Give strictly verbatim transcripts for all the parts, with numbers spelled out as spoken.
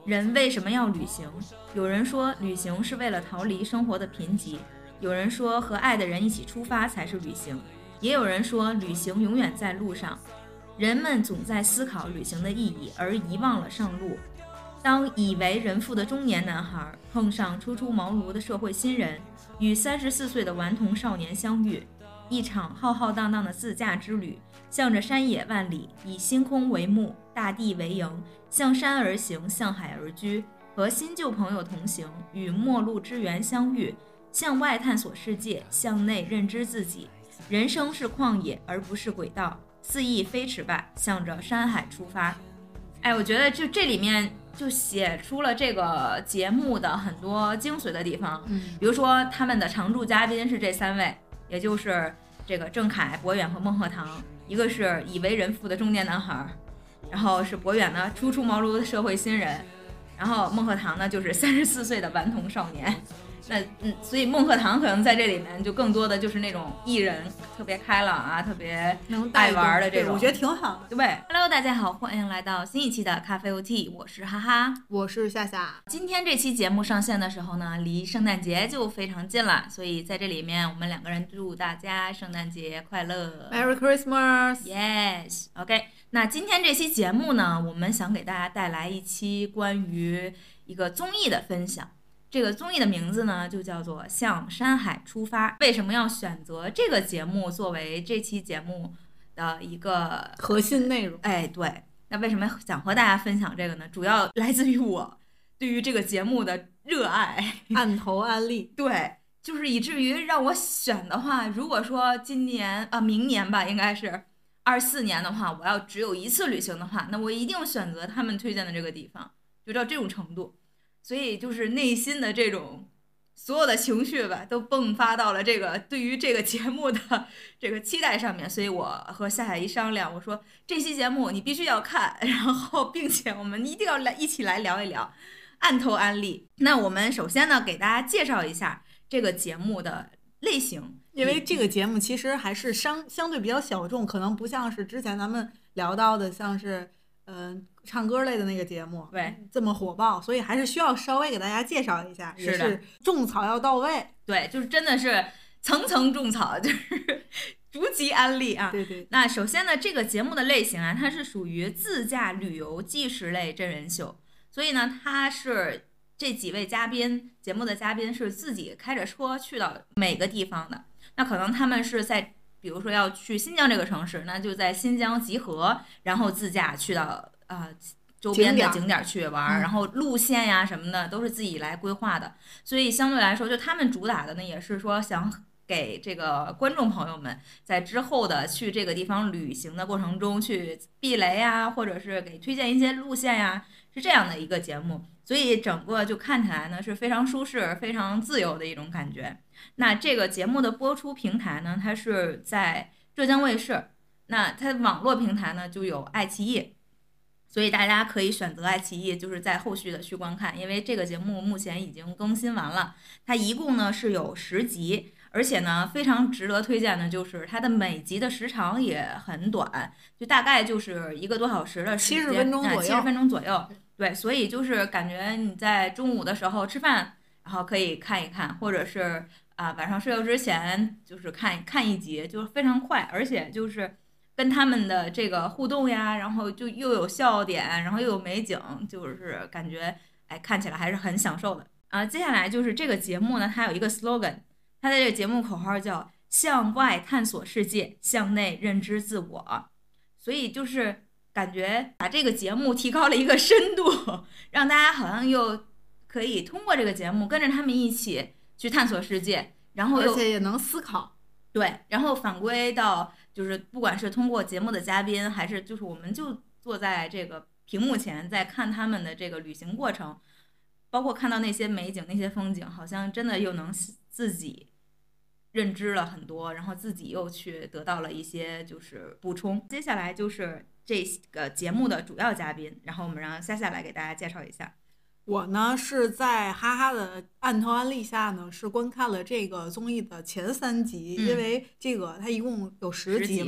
人为什么要旅行？有人说旅行是为了逃离生活的贫瘠，有人说和爱的人一起出发才是旅行，也有人说旅行永远在路上。人们总在思考旅行的意义，而遗忘了上路。当已为人父的中年男孩碰上初出茅庐的社会新人，与三十四岁的顽童少年相遇，一场浩浩荡荡的自驾之旅，向着山野万里，以星空为幕，大地为营，向山而行，向海而居，和新旧朋友同行，与陌路之缘相遇，向外探索世界，向内认知自己。人生是旷野，而不是轨道，肆意飞驰吧，向着山海出发。哎，我觉得就这里面就写出了这个节目的很多精髓的地方， 嗯， 比如说他们的常驻嘉宾是这三位，也就是这个郑恺、博远和孟鹤堂，一个是已为人父的中年男孩，然后是博远呢初出茅庐的社会新人，然后孟鹤堂呢就是三十四岁的顽童少年。那嗯，所以孟鹤堂可能在这里面就更多的就是那种艺人，特别开朗啊，特别爱玩的这种， 我觉得挺好的。 对 ，Hello， 大家好，欢迎来到新一期的咖啡 O T， 我是哈哈， 我是夏夏。 今天这期节目上线的时候呢，离圣诞节就非常近了，所以在这里面我们两个人祝大家圣诞节快乐 ，Merry Christmas。 Yes，OK， 那今天这期节目呢，我们想给大家带来一期关于一个综艺的分享。这个综艺的名字呢，就叫做《向山海出发》。为什么要选择这个节目作为这期节目的一个核心内容？ 哎，对。那为什么想和大家分享这个呢？主要来自于我对于这个节目的热爱， 按头安利。 对，就是以至于让我选的话，如果说今年啊，明年吧，应该是二四年的话，我要只有一次旅行的话，那我一定选择他们推荐的这个地方，就到这种程度。所以就是内心的这种所有的情绪吧，都迸发到了这个对于这个节目的这个期待上面。所以我和夏夏一商量，我说这期节目你必须要看，然后并且我们一定要来一起来聊一聊，按头安利。那我们首先呢，给大家介绍一下这个节目的类型， 因为这个节目其实还是相相对比较小众，可能不像是之前咱们聊到的，像是嗯、呃、唱歌类的那个节目， 对， 这么火爆，所以还是需要稍微给大家介绍一下， 是的， 也是种草要到位， 对，就是真的是层层种草，就是逐级安利啊。 对对。 那首先呢，这个节目的类型啊，它是属于自驾旅游纪实类真人秀，所以呢，它是这几位嘉宾，节目的嘉宾是自己开着车去到每个地方的。那可能他们是在，比如说要去新疆这个城市，那就在新疆集合，然后自驾去到啊、呃、周边的景点去玩， 嗯、 然后路线呀什么的都是自己来规划的。所以相对来说，就他们主打的呢，也是说想给这个观众朋友们在之后的去这个地方旅行的过程中去避雷啊，或者是给推荐一些路线呀，是这样的一个节目。所以整个就看起来呢是非常舒适、非常自由的一种感觉。那这个节目的播出平台呢，它是在浙江卫视，那它网络平台呢就有爱奇艺，所以大家可以选择爱奇艺，就是在后续的去观看。因为这个节目目前已经更新完了，它一共呢是有十集，而且呢非常值得推荐的就是它的每集的时长也很短，就大概就是一个多小时的时间， 七十分钟左右， 七十分钟左右。对，所以就是感觉你在中午的时候吃饭，然后可以看一看，或者是啊晚上睡觉之前就是看看一集，就是非常快，而且就是跟他们的这个互动呀，然后就又有笑点，然后又有美景，就是感觉哎看起来还是很享受的啊。接下来就是这个节目呢，它有一个 slogan， 它的这个节目口号叫向外探索世界，向内认知自我，所以就是感觉把这个节目提高了一个深度，让大家好像又可以通过这个节目跟着他们一起去探索世界，然后又而且也能思考。 对，然后反归到就是不管是通过节目的嘉宾，还是就是我们就坐在这个屏幕前在看他们的这个旅行过程，包括看到那些美景那些风景，好像真的又能自己认知了很多，然后自己又去得到了一些就是补充。接下来就是这个节目的主要嘉宾，然后我们让夏夏来给大家介绍一下。 我呢是在哈哈的按头安利下呢，是观看了这个综艺的前三集， 嗯、 因为这个它一共有十集嘛，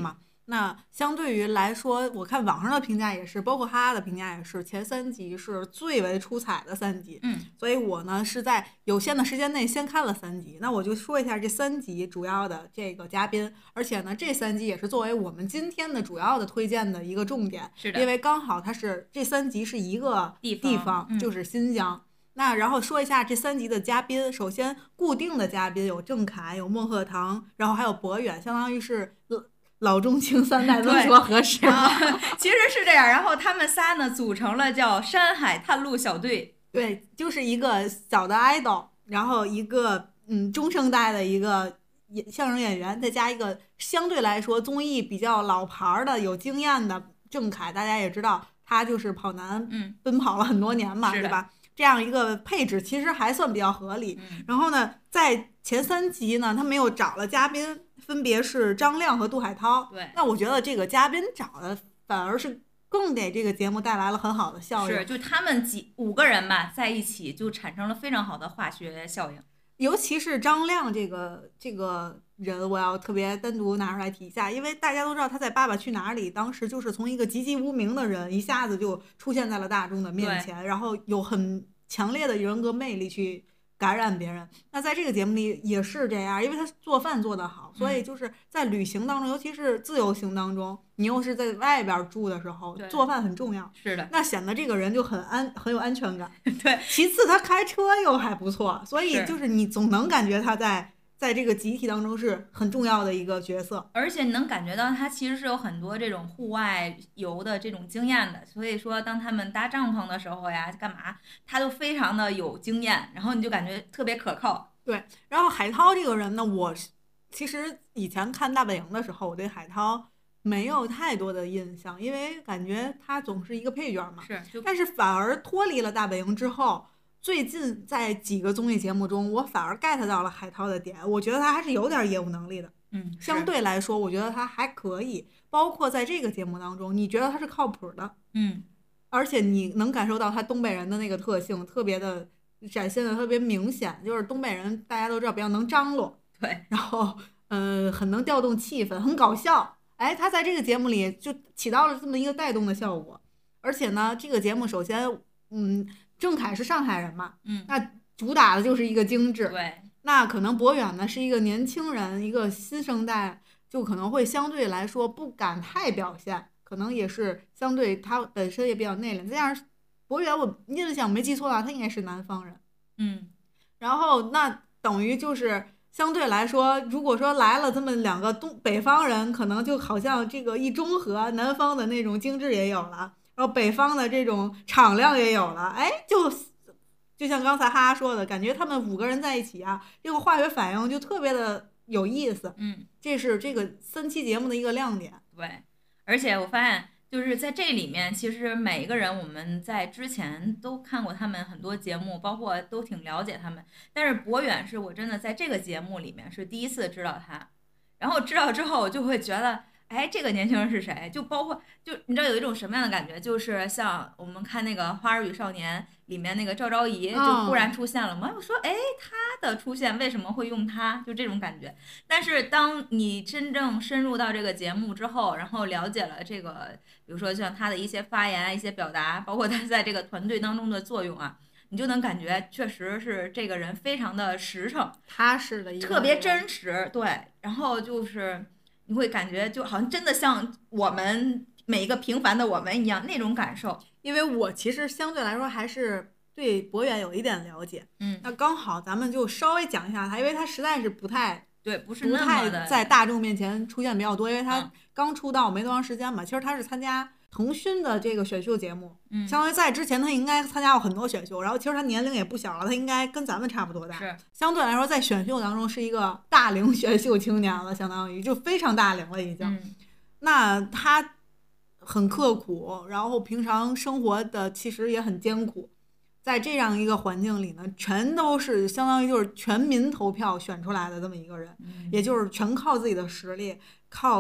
那相对于来说，我看网上的评价也是，包括哈哈的评价也是，前三集是最为出彩的三集。 嗯， 所以我呢是在有限的时间内先看了三集。那我就说一下这三集主要的这个嘉宾，而且呢这三集也是作为我们今天的主要的推荐的一个重点。 是的， 因为刚好它是这三集是一个地方，地方嗯、 就是新疆。那然后说一下这三集的嘉宾，首先固定的嘉宾有郑恺，有孟鹤堂，然后还有博远，相当于是老中青三代，这么说合适吗？ 其实是这样，然后他们仨呢组成了叫山海探路小队。 对，就是一个小的 idol， 然后一个嗯中生代的一个相声演员，再加一个相对来说综艺比较老牌的有经验的郑恺，大家也知道他就是跑男奔跑了很多年嘛， 嗯、 对吧？这样一个配置其实还算比较合理。 嗯、 然后呢，在前三集呢，他们又找了嘉宾，分别是张亮和杜海涛。 对， 那我觉得这个嘉宾找的反而是更给这个节目带来了很好的效应。 是，就他们几五个人吧，在一起就产生了非常好的化学效应。 尤其是张亮这个这个人，我要特别单独拿出来提一下，因为大家都知道他在《爸爸去哪儿》里，当时就是从一个籍籍无名的人，一下子就出现在了大众的面前，然后有很强烈的人格魅力去感染别人。那在这个节目里也是这样，因为他做饭做得好，所以就是在旅行当中，尤其是自由行当中，你又是在外边住的时候，做饭很重要。 是的， 那显得这个人就很安很有安全感。 对， 其次他开车又还不错，所以就是你总能感觉他在在这个集体当中是很重要的一个角色， 而且你能感觉到他其实是有很多这种户外游的这种经验的，所以说当他们搭帐篷的时候呀，干嘛他都非常的有经验，然后你就感觉特别可靠。 对，然后海涛这个人呢，我其实以前看大本营的时候，我对海涛没有太多的印象，因为感觉他总是一个配角嘛。 是， 但是反而脱离了大本营之后，最近在几个综艺节目中，我反而 get 到了海涛的点，我觉得他还是有点业务能力的。 嗯， 相对来说，我觉得他还可以。包括在这个节目当中，你觉得他是靠谱的， 嗯， 而且你能感受到他东北人的那个特性，特别的展现的特别明显，就是东北人大家都知道比较能张罗， 对， 然后呃很能调动气氛，很搞笑。哎，他在这个节目里就起到了这么一个带动的效果。而且呢，这个节目首先，嗯，郑恺是上海人嘛， 嗯， 那主打的就是一个精致。 对， 那可能博远呢是一个年轻人，一个新生代，就可能会相对来说不敢太表现，可能也是相对他本身也比较内敛。再加上博远，我印象没记错的话，他应该是南方人。 嗯， 然后那等于就是相对来说，如果说来了这么两个东北方人，可能就好像这个一中和，南方的那种精致也有了，然后北方的这种敞亮也有了，哎，就就像刚才哈哈说的，感觉他们五个人在一起啊，这个化学反应就特别的有意思。 嗯， 这是这个三期节目的一个亮点。 对，而且我发现就是在这里面，其实每一个人我们在之前都看过他们很多节目，包括都挺了解他们。但是博远是我真的在这个节目里面是第一次知道他，然后知道之后我就会觉得，哎，这个年轻人是谁？就包括就你知道有一种什么样的感觉，就是像我们看那个《花儿与少年》里面那个赵昭仪就忽然出现了嘛，我说哎，他的出现为什么会用他？就这种感觉。但是当你真正深入到这个节目之后，然后了解了这个，比如说像他的一些发言、一些表达，包括他在这个团队当中的作用啊，你就能感觉确实是这个人非常的实诚、 踏实的一个， 特别真实。对，然后就是你会感觉就好像真的像我们每一个平凡的我们一样那种感受。 因为我其实相对来说还是对博远有一点了解， 嗯， 那刚好咱们就稍微讲一下他，因为他实在是不太对，不是不那么的太在大众面前出现比较多，因为他刚出道没多长时间嘛。其实他是参加腾讯的这个选秀节目， 嗯， 相当于在之前他应该参加过很多选秀，然后其实他年龄也不小了，他应该跟咱们差不多大， 是相对来说在选秀当中是一个大龄选秀青年了，相当于就非常大龄了已经。 嗯， 那他很刻苦，然后平常生活的其实也很艰苦，在这样一个环境里呢，全都是相当于就是全民投票选出来的这么一个人， 嗯， 也就是全靠自己的实力，靠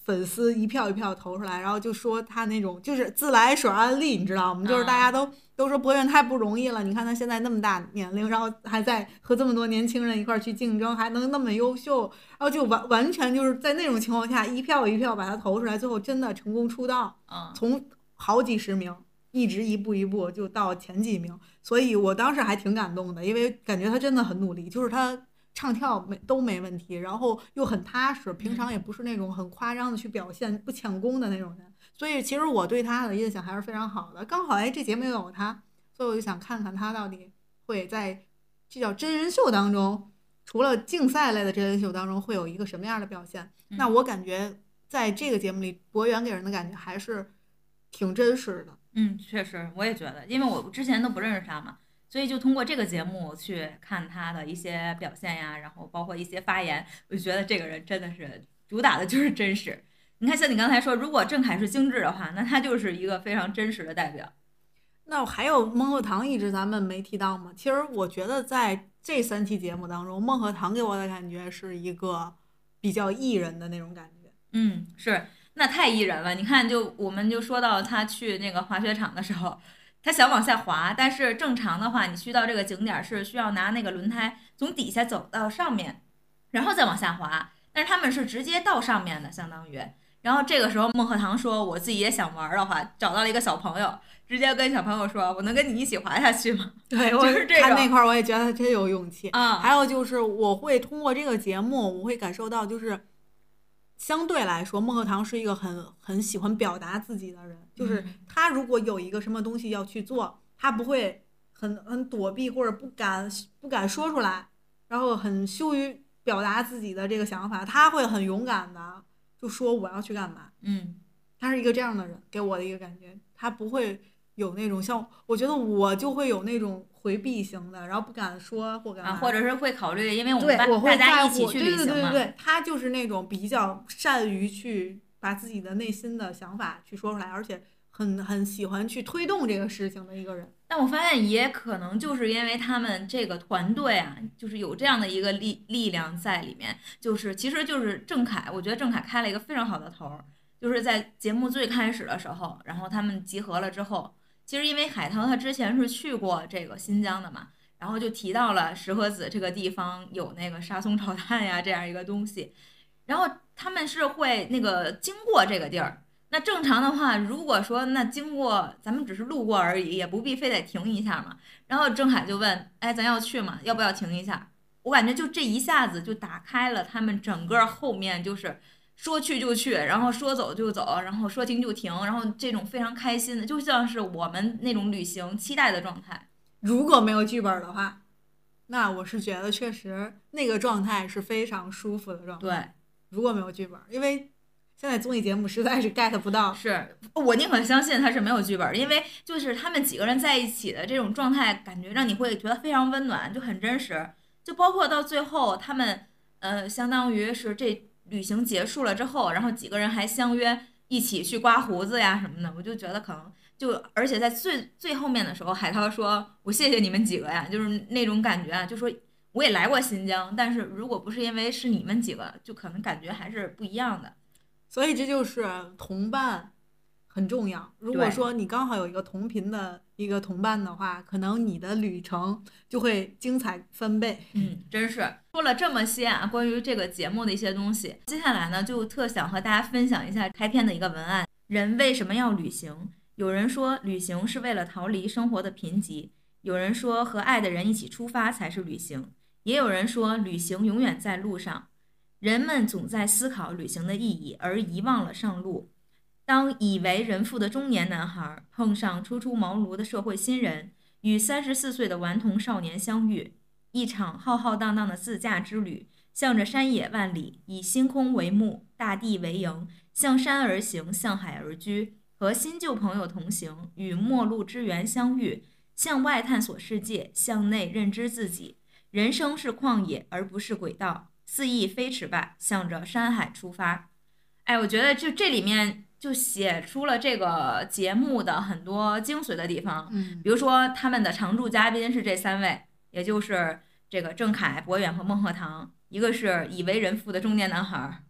粉丝一票一票投出来，然后就说他那种就是自来水案例，你知道吗？就是大家都、啊、都说博远太不容易了，你看他现在那么大年龄，然后还在和这么多年轻人一块去竞争，还能那么优秀，然后就完完全就是在那种情况下一票一票把他投出来，最后真的成功出道， 啊、 从好几十名一直一步一步就到前几名，所以我当时还挺感动的，因为感觉他真的很努力，就是他唱跳没都没问题，然后又很踏实，平常也不是那种很夸张的去表现不抢功的那种人，所以其实我对他的印象还是非常好的。刚好哎，这节目又有他，所以我就想看看他到底会在这叫真人秀当中，除了竞赛类的真人秀当中会有一个什么样的表现。 嗯、 那我感觉在这个节目里，博远给人的感觉还是挺真实的。 嗯，确实，我也觉得，因为我之前都不认识他嘛。所以就通过这个节目去看他的一些表现呀，然后包括一些发言，我就觉得这个人真的是主打的就是真实。你看，像你刚才说，如果郑恺是精致的话，那他就是一个非常真实的代表。 那还有孟鹤堂一直咱们没提到吗？其实我觉得在这三期节目当中，孟鹤堂给我的感觉是一个比较艺人的那种感觉。 嗯，是，那太艺人了。你看，就我们就说到他去那个滑雪场的时候。他想往下滑，但是正常的话，你去到这个景点是需要拿那个轮胎从底下走到上面，然后再往下滑。但是他们是直接到上面的，相当于。然后这个时候，孟鹤堂说：“我自己也想玩的话，找到了一个小朋友，直接跟小朋友说：‘我能跟你一起滑下去吗？’ 对， 就是这个。 他那块我也觉得他真有勇气啊。 还有就是，我会通过这个节目，我会感受到就是。相对来说，孟鹤堂是一个很很喜欢表达自己的人，就是他如果有一个什么东西要去做，他不会很很躲避或者不敢不敢说出来，然后很羞于表达自己的这个想法，他会很勇敢的就说我要去干嘛。 嗯， 他是一个这样的人，给我的一个感觉，他不会有那种像我觉得我就会有那种回避型的，然后不敢说或干嘛， 啊，或者是会考虑，因为我们对我会大家一起去旅行嘛。 对对对对，他就是那种比较善于去把自己的内心的想法去说出来，而且很很喜欢去推动这个事情的一个人。 但我发现也可能就是因为他们这个团队啊，就是有这样的一个力力量在里面，就是其实就是郑恺，我觉得郑恺开了一个非常好的头，就是在节目最开始的时候，然后他们集合了之后。其实因为海涛他之前是去过这个新疆的嘛，然后就提到了石河子这个地方有那个沙葱炒蛋呀这样一个东西，然后他们是会那个经过这个地儿。那正常的话，如果说那经过咱们只是路过而已，也不必非得停一下嘛。然后郑恺就问，哎，咱要去吗？要不要停一下？我感觉就这一下子就打开了他们整个后面就是。说去就去，然后说走就走，然后说停就停，然后这种非常开心的，就像是我们那种旅行期待的状态。 如果没有剧本的话，那我是觉得确实那个状态是非常舒服的状态。 对， 如果没有剧本，因为现在综艺节目实在是 get 不到。 是我宁可相信他是没有剧本，因为就是他们几个人在一起的这种状态，感觉让你会觉得非常温暖，就很真实。就包括到最后，他们呃，相当于是这。旅行结束了之后，然后几个人还相约一起去刮胡子呀什么的，我就觉得可能就，而且在最最后面的时候，海涛说：“我谢谢你们几个呀。”就是那种感觉啊，就说我也来过新疆，但是如果不是因为是你们几个，就可能感觉还是不一样的。 所以这就是同伴很重要。如果说你刚好有一个同频的一个同伴的话，可能你的旅程就会精彩翻倍。 嗯，真是。说了这么些啊，关于这个节目的一些东西，接下来呢，就特想和大家分享一下开篇的一个文案：人为什么要旅行？有人说旅行是为了逃离生活的贫瘠，有人说和爱的人一起出发才是旅行，也有人说旅行永远在路上。人们总在思考旅行的意义，而遗忘了上路。当已为人父的中年男孩碰上初出茅庐的社会新人，与三十四岁的顽童少年相遇。一场浩浩荡荡的自驾之旅，向着山野万里，以星空为幕，大地为营，向山而行，向海而居，和新旧朋友同行，与陌路之缘相遇，向外探索世界，向内认知自己。人生是旷野，而不是轨道，肆意飞驰吧，向着山海出发。哎，我觉得就这里面就写出了这个节目的很多精髓的地方， 嗯， 比如说他们的常驻嘉宾是这三位。也就是这个郑恺、博远和孟鹤堂，一个是已为人父的中年男孩，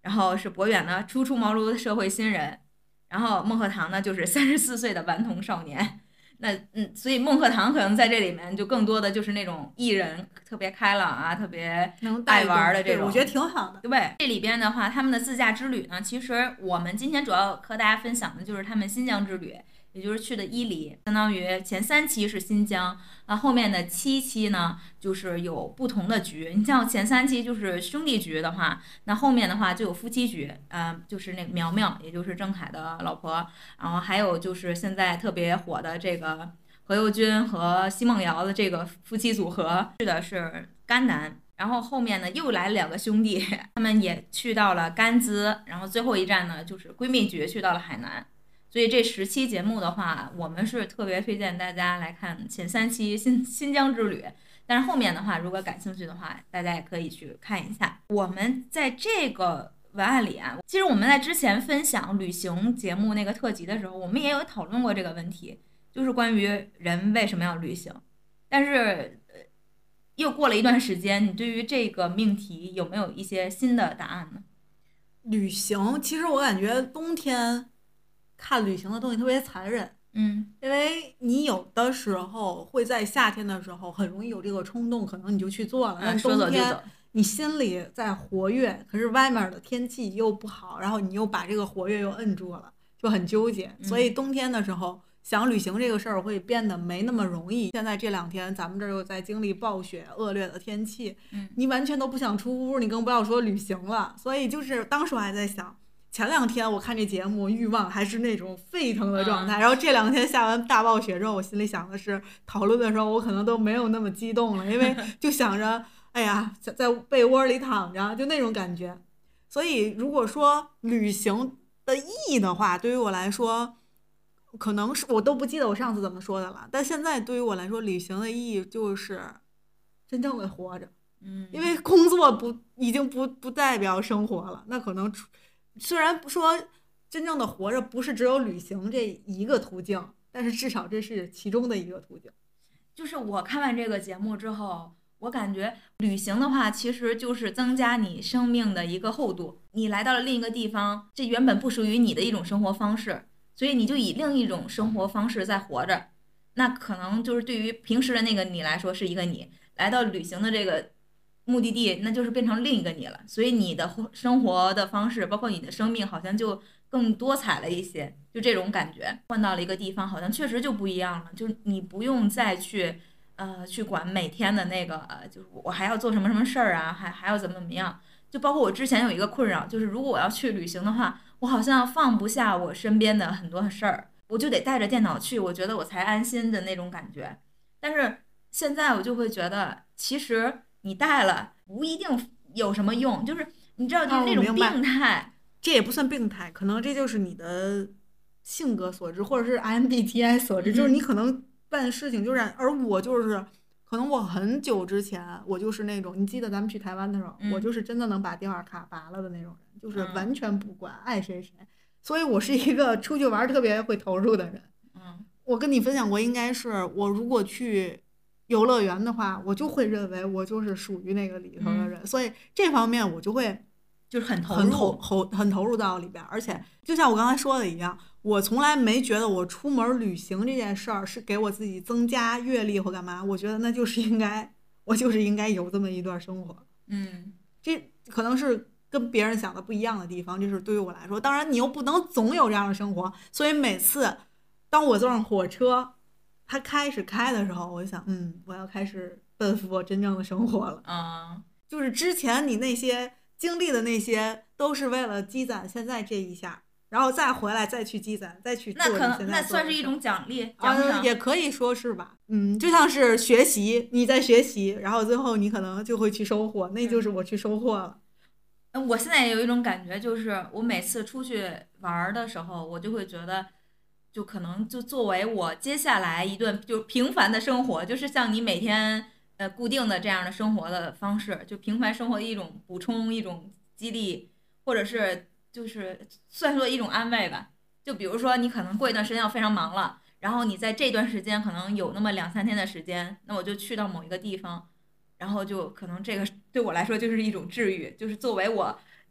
然后是博远呢初出茅庐的社会新人，然后孟鹤堂呢就是三十四岁的顽童少年。那嗯，所以孟鹤堂可能在这里面就更多的就是那种艺人，特别开朗啊，特别爱玩的这种， 我觉得挺好的。 对，这里边的话，他们的自驾之旅呢，其实我们今天主要和大家分享的就是他们新疆之旅。也就是去的伊犁，相当于前三期是新疆，那后面的七期呢，就是有不同的局。你像前三期就是兄弟局的话，那后面的话就有夫妻局，嗯、呃，就是那个苗苗，也就是郑恺的老婆，然后还有就是现在特别火的这个何猷君和奚梦瑶的这个夫妻组合，去的是甘南。然后后面呢又来了两个兄弟，他们也去到了甘孜，然后最后一站呢就是闺蜜局去到了海南。所以这十期节目的话，我们是特别推荐大家来看前三期新新疆之旅。但是后面的话，如果感兴趣的话，大家也可以去看一下。我们在这个文案里啊，其实我们在之前分享旅行节目那个特辑的时候，我们也有讨论过这个问题，就是关于人为什么要旅行。但是又过了一段时间，你对于这个命题有没有一些新的答案呢？ 旅行，其实我感觉冬天看旅行的东西特别残忍， 嗯， 因为你有的时候会在夏天的时候很容易有这个冲动，可能你就去做了。但冬天你心里在活跃，可是外面的天气又不好，然后你又把这个活跃又摁住了，就很纠结。所以冬天的时候想旅行这个事儿会变得没那么容易。现在这两天咱们这儿又在经历暴雪恶劣的天气，你完全都不想出屋，你更不要说旅行了。所以就是当时我还在想，前两天我看这节目欲望还是那种沸腾的状态，然后这两天下完大暴雪之后，我心里想的是讨论的时候我可能都没有那么激动了，因为就想着哎呀在被窝里躺着就那种感觉。所以如果说旅行的意义的话，对于我来说可能是我都不记得我上次怎么说的了，但现在对于我来说旅行的意义就是真正的活着。 嗯， 因为工作不已经不不代表生活了，那可能虽然说真正的活着不是只有旅行这一个途径，但是至少这是其中的一个途径。 就是我看完这个节目之后，我感觉旅行的话其实就是增加你生命的一个厚度。你来到了另一个地方，这原本不属于你的一种生活方式，所以你就以另一种生活方式在活着。那可能就是对于平时的那个你来说是一个你，来到旅行的这个目的地，那就是变成另一个你了。所以你的生活的方式，包括你的生命，好像就更多彩了一些。就这种感觉，换到了一个地方，好像确实就不一样了。就你不用再去，呃，去管每天的那个，呃，就是我还要做什么什么事儿啊，还还要怎么怎么样。就包括我之前有一个困扰，就是如果我要去旅行的话，我好像放不下我身边的很多事儿，我就得带着电脑去，我觉得我才安心的那种感觉。但是现在我就会觉得，其实你带了不一定有什么用，就是你知道，就是那种病态， 哦、这也不算病态，可能这就是你的性格所致，或者是 I M B T I 所致， 嗯、 就是你可能办事情就是，而我就是可能我很久之前我就是那种，你记得咱们去台湾的时候， 嗯、 我就是真的能把电话卡拔了的那种人，就是完全不管、嗯、爱谁谁。所以我是一个出去玩特别会投入的人。 嗯， 我跟你分享过，应该是我如果去游乐园的话，我就会认为我就是属于那个里头的人， 嗯、 所以这方面我就会就是很投入，很投投很投入到里边。而且就像我刚才说的一样，我从来没觉得我出门旅行这件事儿是给我自己增加阅历或干嘛，我觉得那就是应该，我就是应该有这么一段生活。 嗯， 这可能是跟别人想的不一样的地方，就是对于我来说，当然你又不能总有这样的生活，所以每次当我坐上火车它开始开的时候，我就想，嗯，我要开始奔赴我真正的生活了。 嗯， 就是之前你那些经历的那些都是为了积攒现在这一下，然后再回来再去积攒，再去做。 那可能那算是一种奖励，奖赏、啊、也可以说是吧。嗯，就像是学习，你在学习，然后最后你可能就会去收获，那就是我去收获了。 嗯，我现在也有一种感觉，就是我每次出去玩的时候，我就会觉得，就可能就作为我接下来一顿就平凡的生活，就是像你每天呃固定的这样的生活的方式，就平凡生活的一种补充、一种激励，或者是就是算作一种安慰吧。就比如说你可能过一段时间要非常忙了，然后你在这段时间可能有那么两三天的时间，那我就去到某一个地方。然后就可能这个对我来说就是一种治愈，就是作为我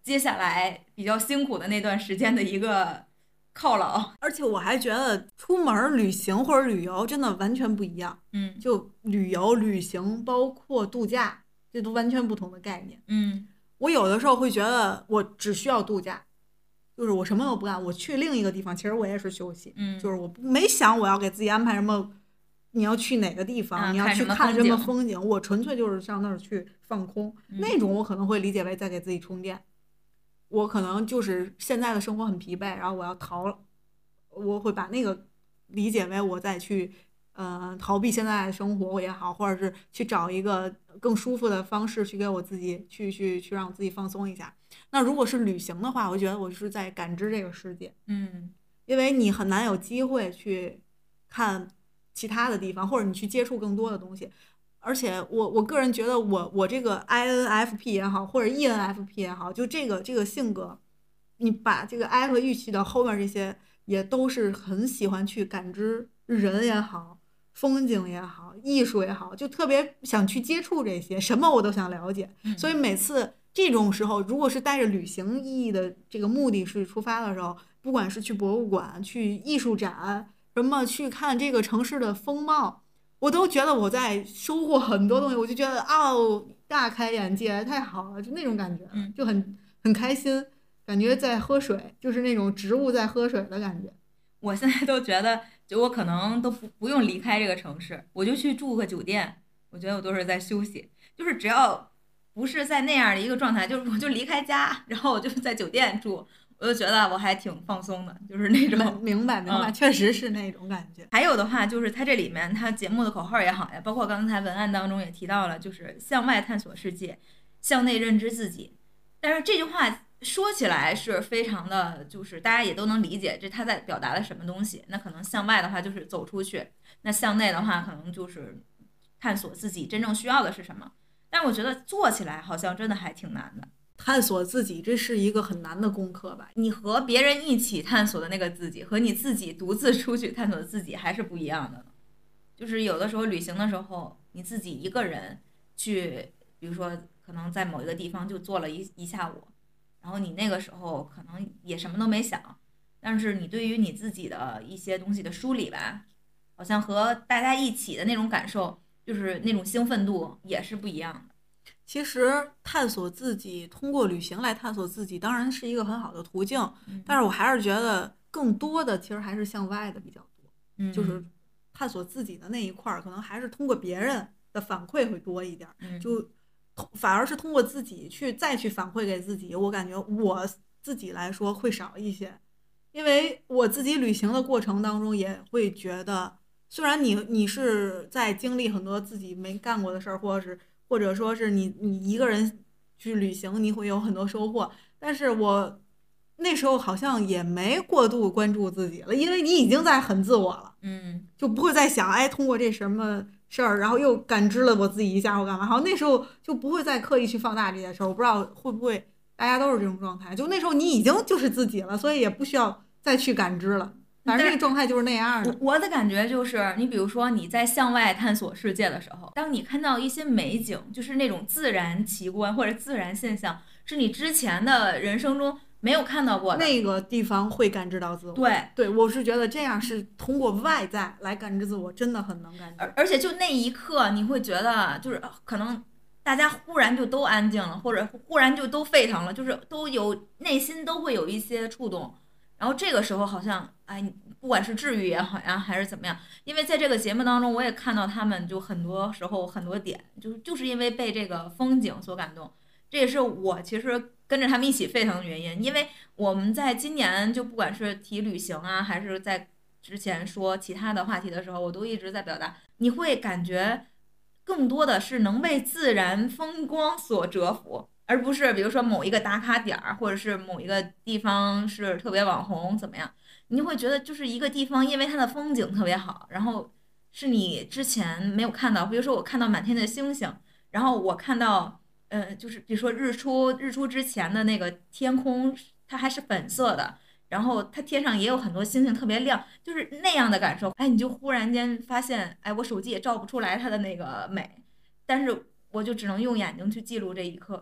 接下来比较辛苦的那段时间的一个犒劳。 而且我还觉得出门旅行或者旅游真的完全不一样。 嗯， 就旅游、旅行，包括度假，这都完全不同的概念。 嗯， 我有的时候会觉得我只需要度假，就是我什么都不干，我去另一个地方，其实我也是休息。 嗯， 就是我没想我要给自己安排什么，你要去哪个地方， 啊、 你要去看看什么风风景，我纯粹就是上那儿去放空。 嗯、 那种我可能会理解为在给自己充电。我可能就是现在的生活很疲惫，然后我要逃，我会把那个理解为我再去呃逃避现在的生活也好，或者是去找一个更舒服的方式去给我自己去去去让自己放松一下。那如果是旅行的话，我觉得我是在感知这个世界。 嗯， 因为你很难有机会去看其他的地方，或者你去接触更多的东西。而且我我个人觉得我我这个 I N F P 也好，或者 E N F P 也好，就这个这个性格，你把这个 I 和 E 去到后面这些，也都是很喜欢去感知人也好，风景也好，艺术也好，就特别想去接触这些，什么我都想了解。所以每次这种时候，如果是带着旅行意义的这个目的是出发的时候，不管是去博物馆、去艺术展，什么去看这个城市的风貌，我都觉得我在收获很多东西。我就觉得哦，大开眼界，太好了，就那种感觉，就很很开心，感觉在喝水，就是那种植物在喝水的感觉。 我现在都觉得，就我可能都不不用离开这个城市，我就去住个酒店，我觉得我都是在休息。就是只要不是在那样的一个状态，就是我就离开家，然后我就在酒店住，我就觉得我还挺放松的，就是那种。 明白明白、嗯，确实是那种感觉。 还有的话，就是它这里面它节目的口号也好呀，包括刚才文案当中也提到了，就是向外探索世界，向内认知自己。但是这句话说起来是非常的，就是大家也都能理解，这他在表达的什么东西。那可能向外的话就是走出去，那向内的话可能就是探索自己真正需要的是什么。但我觉得做起来好像真的还挺难的。 探索自己，这是一个很难的功课吧？ 你和别人一起探索的那个自己，和你自己独自出去探索的自己还是不一样的。就是有的时候旅行的时候，你自己一个人去，比如说可能在某一个地方就坐了一一下午，然后你那个时候可能也什么都没想，但是你对于你自己的一些东西的梳理吧，好像和大家一起的那种感受，就是那种兴奋度也是不一样的。 其实探索自己，通过旅行来探索自己，当然是一个很好的途径。 嗯、 但是我还是觉得更多的其实还是向外的比较多， 嗯、 就是探索自己的那一块儿，可能还是通过别人的反馈会多一点。 嗯、 就反而是通过自己去再去反馈给自己，我感觉我自己来说会少一些，因为我自己旅行的过程当中也会觉得，虽然你你是在经历很多自己没干过的事儿，或者是。或者说是你你一个人去旅行，你会有很多收获。但是我那时候好像也没过度关注自己了，因为你已经在很自我了， 嗯， 就不会再想，哎，通过这什么事儿，然后又感知了我自己一下或干嘛。好像那时候就不会再刻意去放大这件事儿。我不知道会不会大家都是这种状态，就那时候你已经就是自己了，所以也不需要再去感知了。反正这个状态就是那样的。 我我的感觉就是，你比如说你在向外探索世界的时候，当你看到一些美景，就是那种自然奇观或者自然现象，是你之前的人生中没有看到过的， 那个地方会感知到自我。 对对，我是觉得这样是通过外在来感知自我，真的很能感知。 而而且就那一刻，你会觉得就是可能大家忽然就都安静了，或者忽然就都沸腾了，就是都有内心都会有一些触动。然后这个时候好像，哎，不管是治愈也好呀，还是怎么样，因为在这个节目当中，我也看到他们就很多时候很多点，就是就是因为被这个风景所感动，这也是我其实跟着他们一起沸腾的原因。因为我们在今年就不管是提旅行啊，还是在之前说其他的话题的时候，我都一直在表达，你会感觉更多的是能被自然风光所折服。而不是比如说某一个打卡点儿，或者是某一个地方是特别网红怎么样，你会觉得就是一个地方，因为它的风景特别好，然后是你之前没有看到，比如说我看到满天的星星，然后我看到呃，就是比如说日出，日出之前的那个天空它还是粉色的，然后它天上也有很多星星特别亮，就是那样的感受。哎，你就忽然间发现，哎，我手机也照不出来它的那个美，但是我就只能用眼睛去记录这一刻。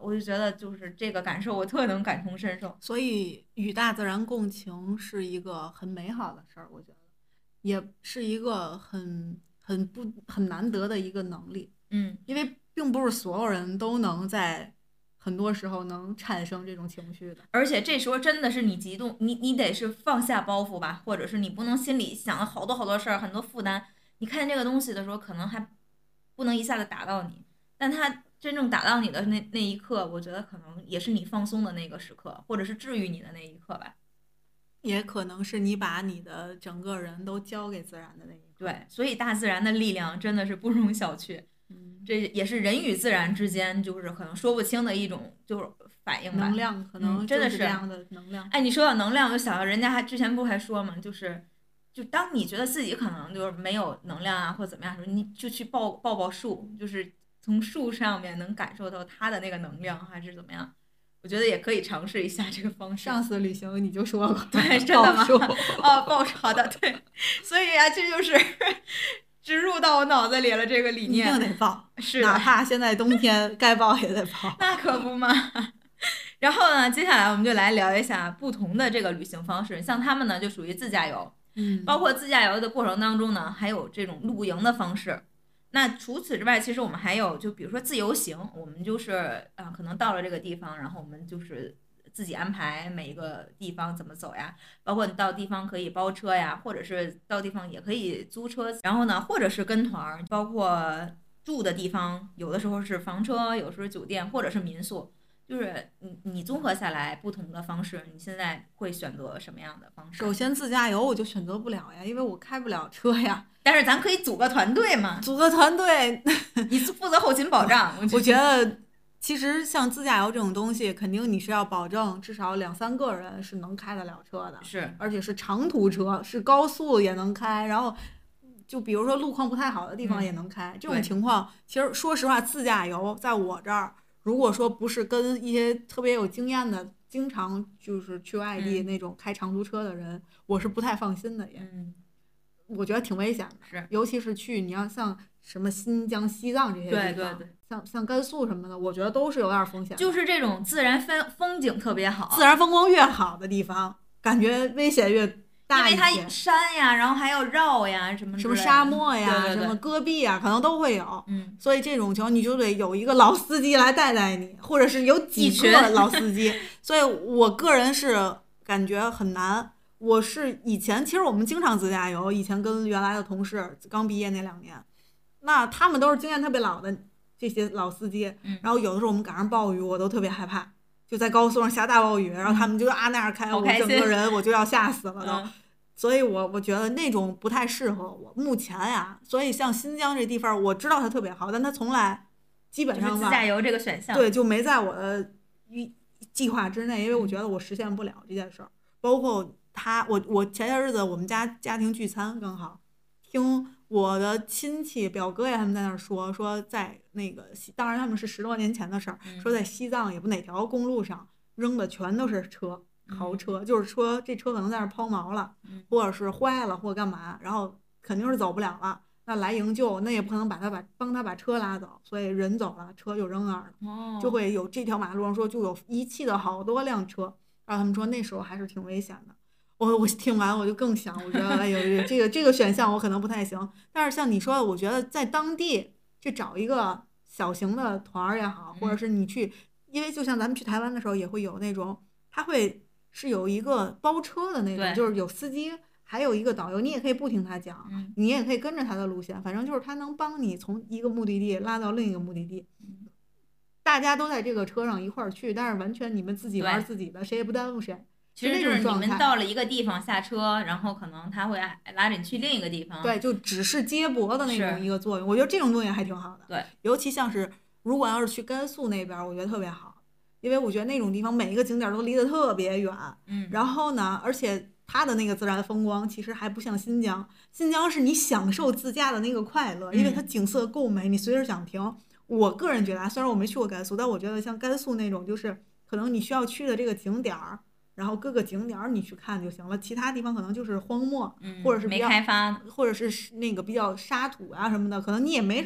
我就觉得就是这个感受我特能感同身受。 所以与大自然共情是一个很美好的事儿，我觉得也是一个很很不很难得的一个能力。 嗯， 因为并不是所有人都能在很多时候能产生这种情绪的， 而且这时候真的是你激动，你你得是放下包袱吧，或者是你不能心里想了好多好多事儿，很多负担。你看见这个东西的时候，可能还不能一下子打到你，但它真正打到你的那那一刻，我觉得可能也是你放松的那个时刻，或者是治愈你的那一刻吧。 也可能是你把你的整个人都交给自然的那一刻。 对，所以大自然的力量真的是不容小觑。 嗯， 这也是人与自然之间就是可能说不清的一种就是反应吧。 能量可能嗯、真的就是这样的能量。 哎，你说到能量，我就想到人家还之前不还说嘛，就是就当你觉得自己可能就是没有能量啊或怎么样的时候，你就去抱抱抱树，就是从树上面能感受到它的那个能量还是怎么样。我觉得也可以尝试一下这个方式。 上次旅行你就说过， 对，真的吗？ 抱树哦，抱树，好的，对，所以啊，这就是植入到我脑子里了，这个理念一定得抱， 是的哪怕现在冬天该抱也得抱。 那可不嘛。然后呢，接下来我们就来聊一下不同的这个旅行方式，像他们呢就属于自驾游， 嗯， 包括自驾游的过程当中呢，还有这种露营的方式。那除此之外，其实我们还有，就比如说自由行，我们就是啊、呃，可能到了这个地方，然后我们就是自己安排每一个地方怎么走呀，包括你到地方可以包车呀，或者是到地方也可以租车，然后呢，或者是跟团儿，包括住的地方，有的时候是房车，有时候是酒店，或者是民宿。就是你你综合下来不同的方式，你现在会选择什么样的方式？ 首先自驾游我就选择不了呀，因为我开不了车呀。 但是咱可以组个团队嘛， 组个团队， 你负责后勤保障。 我觉得其实像自驾游这种东西，肯定你是要保证至少两三个人是能开得了车的， 是， 而且是长途车，是高速也能开，然后就比如说路况不太好的地方也能开。嗯、这种情况，其实说实话，自驾游在我这儿。如果说不是跟一些特别有经验的，经常就是去外地那种开长途车的人，嗯、我是不太放心的也。 嗯， 我觉得挺危险的， 是， 尤其是去你要像什么新疆、西藏这些地方， 对对对， 像像甘肃什么的，我觉得都是有点风险的。 就是这种自然风风景特别好， 自然风光越好的地方，感觉危险越。 因为它山呀，然后还要绕呀，什么什么沙漠呀， 对对对什么戈壁呀，可能都会有。 嗯， 所以这种情况你就得有一个老司机来带带你，或者是有几个老司机。所以我个人是感觉很难。我是以前其实我们经常自驾游，以前跟原来的同事刚毕业那两年，那他们都是经验特别老的这些老司机。 嗯， 然后有的时候我们赶上暴雨，我都特别害怕，就在高速上下大暴雨，然后他们就啊那样开，我整个人我就要吓死了都。 嗯， 所以我我觉得那种不太适合我目前呀。所以像新疆这地方，我知道它特别好，但它从来基本上吧， 就是自驾游这个选项， 对，就没在我的预计划之内，因为我觉得我实现不了这件事儿。包括他，我我前些日子我们家家庭聚餐，刚好听我的亲戚表哥呀他们在那儿说说在那个西，当然他们是十多年前的事儿， 嗯、 说在西藏也不哪条公路上扔的全都是车。豪车，嗯、就是说这车可能在那抛锚了， 嗯、 或者是坏了，或者干嘛，然后肯定是走不了了。那来营救，那也不可能把他把帮他把车拉走，所以人走了，车就扔那儿了， 哦、 就会有这条马路上说就有遗弃的好多辆车，然后他们说那时候还是挺危险的。我我听完我就更想，我觉得哎呦这个这个选项我可能不太行。但是像你说的，我觉得在当地去找一个小型的团儿也好，或者是你去，因为就像咱们去台湾的时候也会有那种，他会。是有一个包车的那种，就是有司机，还有一个导游，你也可以不听他讲， 嗯、 你也可以跟着他的路线，反正就是他能帮你从一个目的地拉到另一个目的地。 嗯、 大家都在这个车上一块儿去，但是完全你们自己玩自己的，谁也不耽误谁。 其实就是你们到了一个地方下车，然后可能他会拉着你去另一个地方。 对，就只是接驳的那种一个作用。我觉得这种东西还挺好的。 对， 尤其像是如果要是去甘肃那边，我觉得特别好。因为我觉得那种地方每一个景点都离得特别远， 嗯， 然后呢，而且它的那个自然风光其实还不像新疆，新疆是你享受自驾的那个快乐，因为它景色够美，你随时想停。我个人觉得啊，虽然我没去过甘肃，但我觉得像甘肃那种，就是可能你需要去的这个景点儿，然后各个景点儿你去看就行了，其他地方可能就是荒漠， 嗯、 或者是比较没开发， 或者是那个比较沙土啊什么的，可能你也没什么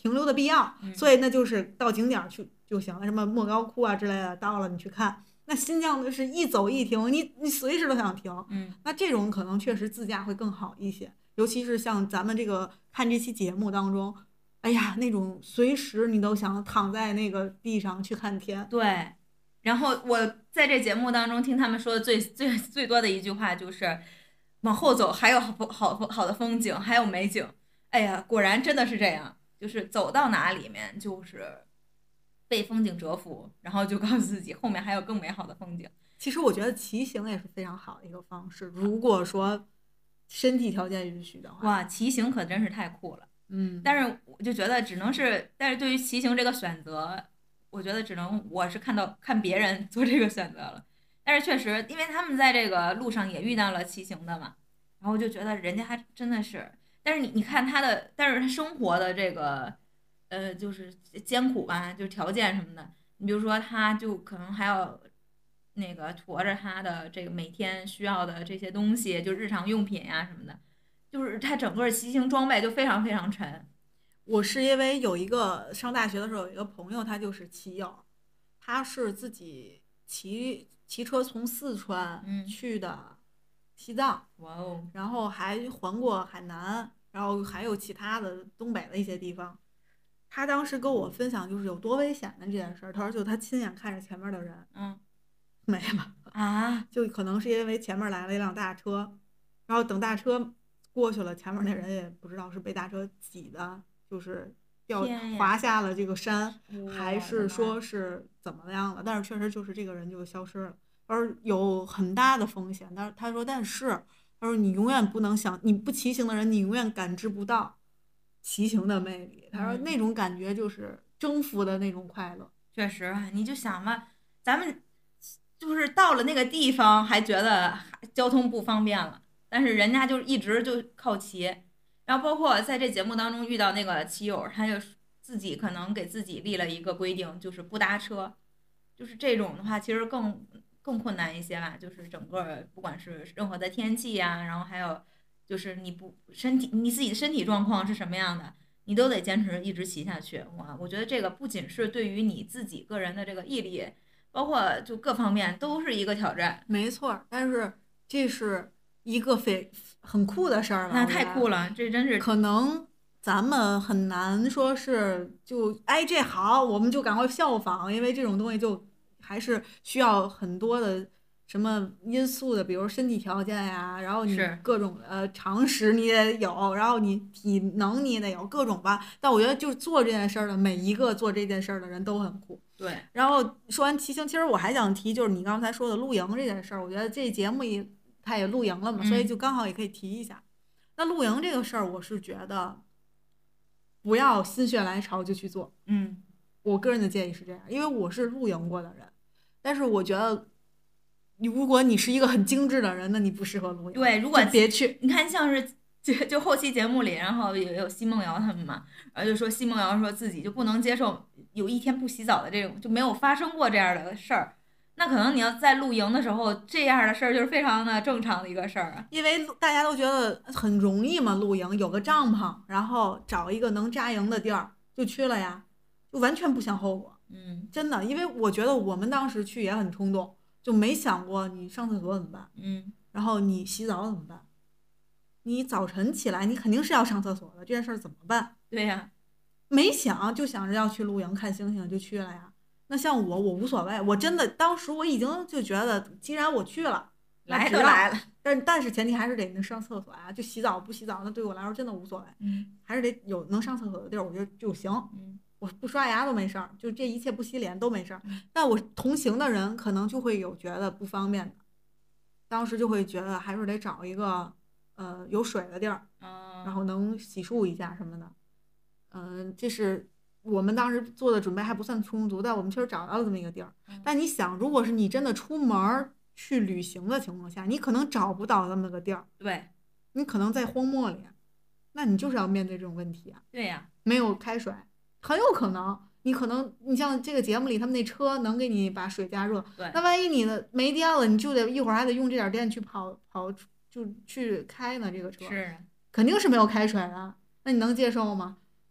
停留的必要， 嗯、 所以那就是到景点去就行了，什么莫高窟啊之类的，到了你去看。那新疆的是一走一停，你你随时都想停， 嗯， 那这种可能确实自驾会更好一些，尤其是像咱们这个看这期节目当中，哎呀，那种随时你都想躺在那个地上去看天。 对。然后我在这节目当中听他们说的最最最多的一句话就是，往后走还有好好好的风景，还有美景。哎呀，果然真的是这样，就是走到哪里面就是被风景折服，然后就告诉自己后面还有更美好的风景。 其实我觉得骑行也是非常好的一个方式，如果说身体条件允许的话。 哇，骑行可真是太酷了。 嗯， 但是我就觉得只能是，但是对于骑行这个选择，我觉得只能我是看到看别人做这个选择了。但是确实，因为他们在这个路上也遇到了骑行的嘛，然后就觉得人家还真的是，但是你你看他的，但是他生活的这个，呃，就是艰苦吧，就是条件什么的。你比如说，他就可能还要那个驮着他的这个每天需要的这些东西，就日常用品呀、什么的，就是他整个骑行装备就非常非常沉。 我是因为有一个上大学的时候有一个朋友，他就是骑友，他是自己骑骑车从四川嗯， 去的西藏， 哇哦， 然后还环过海南，然后还有其他的东北的一些地方。他当时跟我分享就是有多危险的这件事儿，他说就他亲眼看着前面的人嗯没了， 啊， 就可能是因为前面来了一辆大车，然后等大车过去了，前面那人也不知道是被大车挤的，就是掉天呀， 滑下了这个山，还我的是妈说是怎么样了？但是确实就是这个人就消失了，而有很大的风险。但是他说，但是他说你永远不能想，你不骑行的人，你永远感知不到骑行的魅力。他说嗯， 那种感觉就是征服的那种快乐。 确实啊，你就想吧，咱们就是到了那个地方还觉得还交通不方便了，但是人家就一直就靠骑，然后包括在这节目当中遇到那个骑友，他就自己可能给自己立了一个规定，就是不搭车，就是这种的话其实更更困难一些吧，就是整个不管是任何的天气呀、然后还有就是你不身体你自己的身体状况是什么样的。你都得坚持一直骑下去。我我觉得这个不仅是对于你自己个人的这个毅力，包括就各方面都是一个挑战。 没错，但是这是一个非很酷的事儿了， 那我觉得太酷了，这真是可能咱们很难说是就哎这好，我们就赶快效仿，因为这种东西就还是需要很多的什么因素的，比如身体条件呀，然后你是各种呃常识你也有，然后你体能你也得有各种吧。但我觉得就是做这件事儿的每一个做这件事儿的人都很酷。 对， 然后说完骑行，其实我还想提，就是你刚才说的露营这件事儿，我觉得这节目也他也露营了嘛，所以嗯就刚好也可以提一下。那露营这个事儿，我是觉得不要心血来潮就去做， 嗯， 我个人的建议是这样，因为我是露营过的人，但是我觉得你如果你是一个很精致的人，那你不适合露营， 对，如果就别去。 你看像是。就就后期节目里，然后也有奚梦瑶他们嘛，然后就说奚梦瑶说自己就不能接受有一天不洗澡的这种，就没有发生过这样的事儿。那可能你要在露营的时候，这样的事儿就是非常的正常的一个事儿啊。 因为大家都觉得很容易嘛，露营有个帐篷，然后找一个能扎营的地儿就去了呀，就完全不想后果。 嗯真的，因为我觉得我们当时去也很冲动，就没想过你上厕所怎么办， 嗯， 然后你洗澡怎么办，你早晨起来你肯定是要上厕所的，这件事儿怎么办？ 对呀， 没想就想着要去露营看星星就去了呀。那像我，我无所谓，我真的当时我已经就觉得，既然我去了，那来只要都来了。 但但是前提还是得能上厕所呀，就洗澡不洗澡，那对我来说真的无所谓， 嗯还是得有能上厕所的地儿，我觉得就行。 嗯我不刷牙都没事儿，就这一切不洗脸都没事儿嗯。 但我同行的人可能就会有觉得不方便的，当时就会觉得还是得找一个呃有水的地儿， 嗯， 然后能洗漱一下什么的。嗯、这是我们当时做的准备还不算充足，但我们确实找到了这么一个地儿。 嗯但你想，如果是你真的出门儿去旅行的情况下，你可能找不到那么个地儿， 对你可能在荒漠里，那你就是要面对这种问题啊。 对呀， 没有开水，很有可能你可能你像这个节目里他们那车能给你把水加热， 对那万一你的没电了，你就得一会儿还得用这点电去跑跑就去开呢，这个车是， 肯定是没有开水的，那你能接受吗？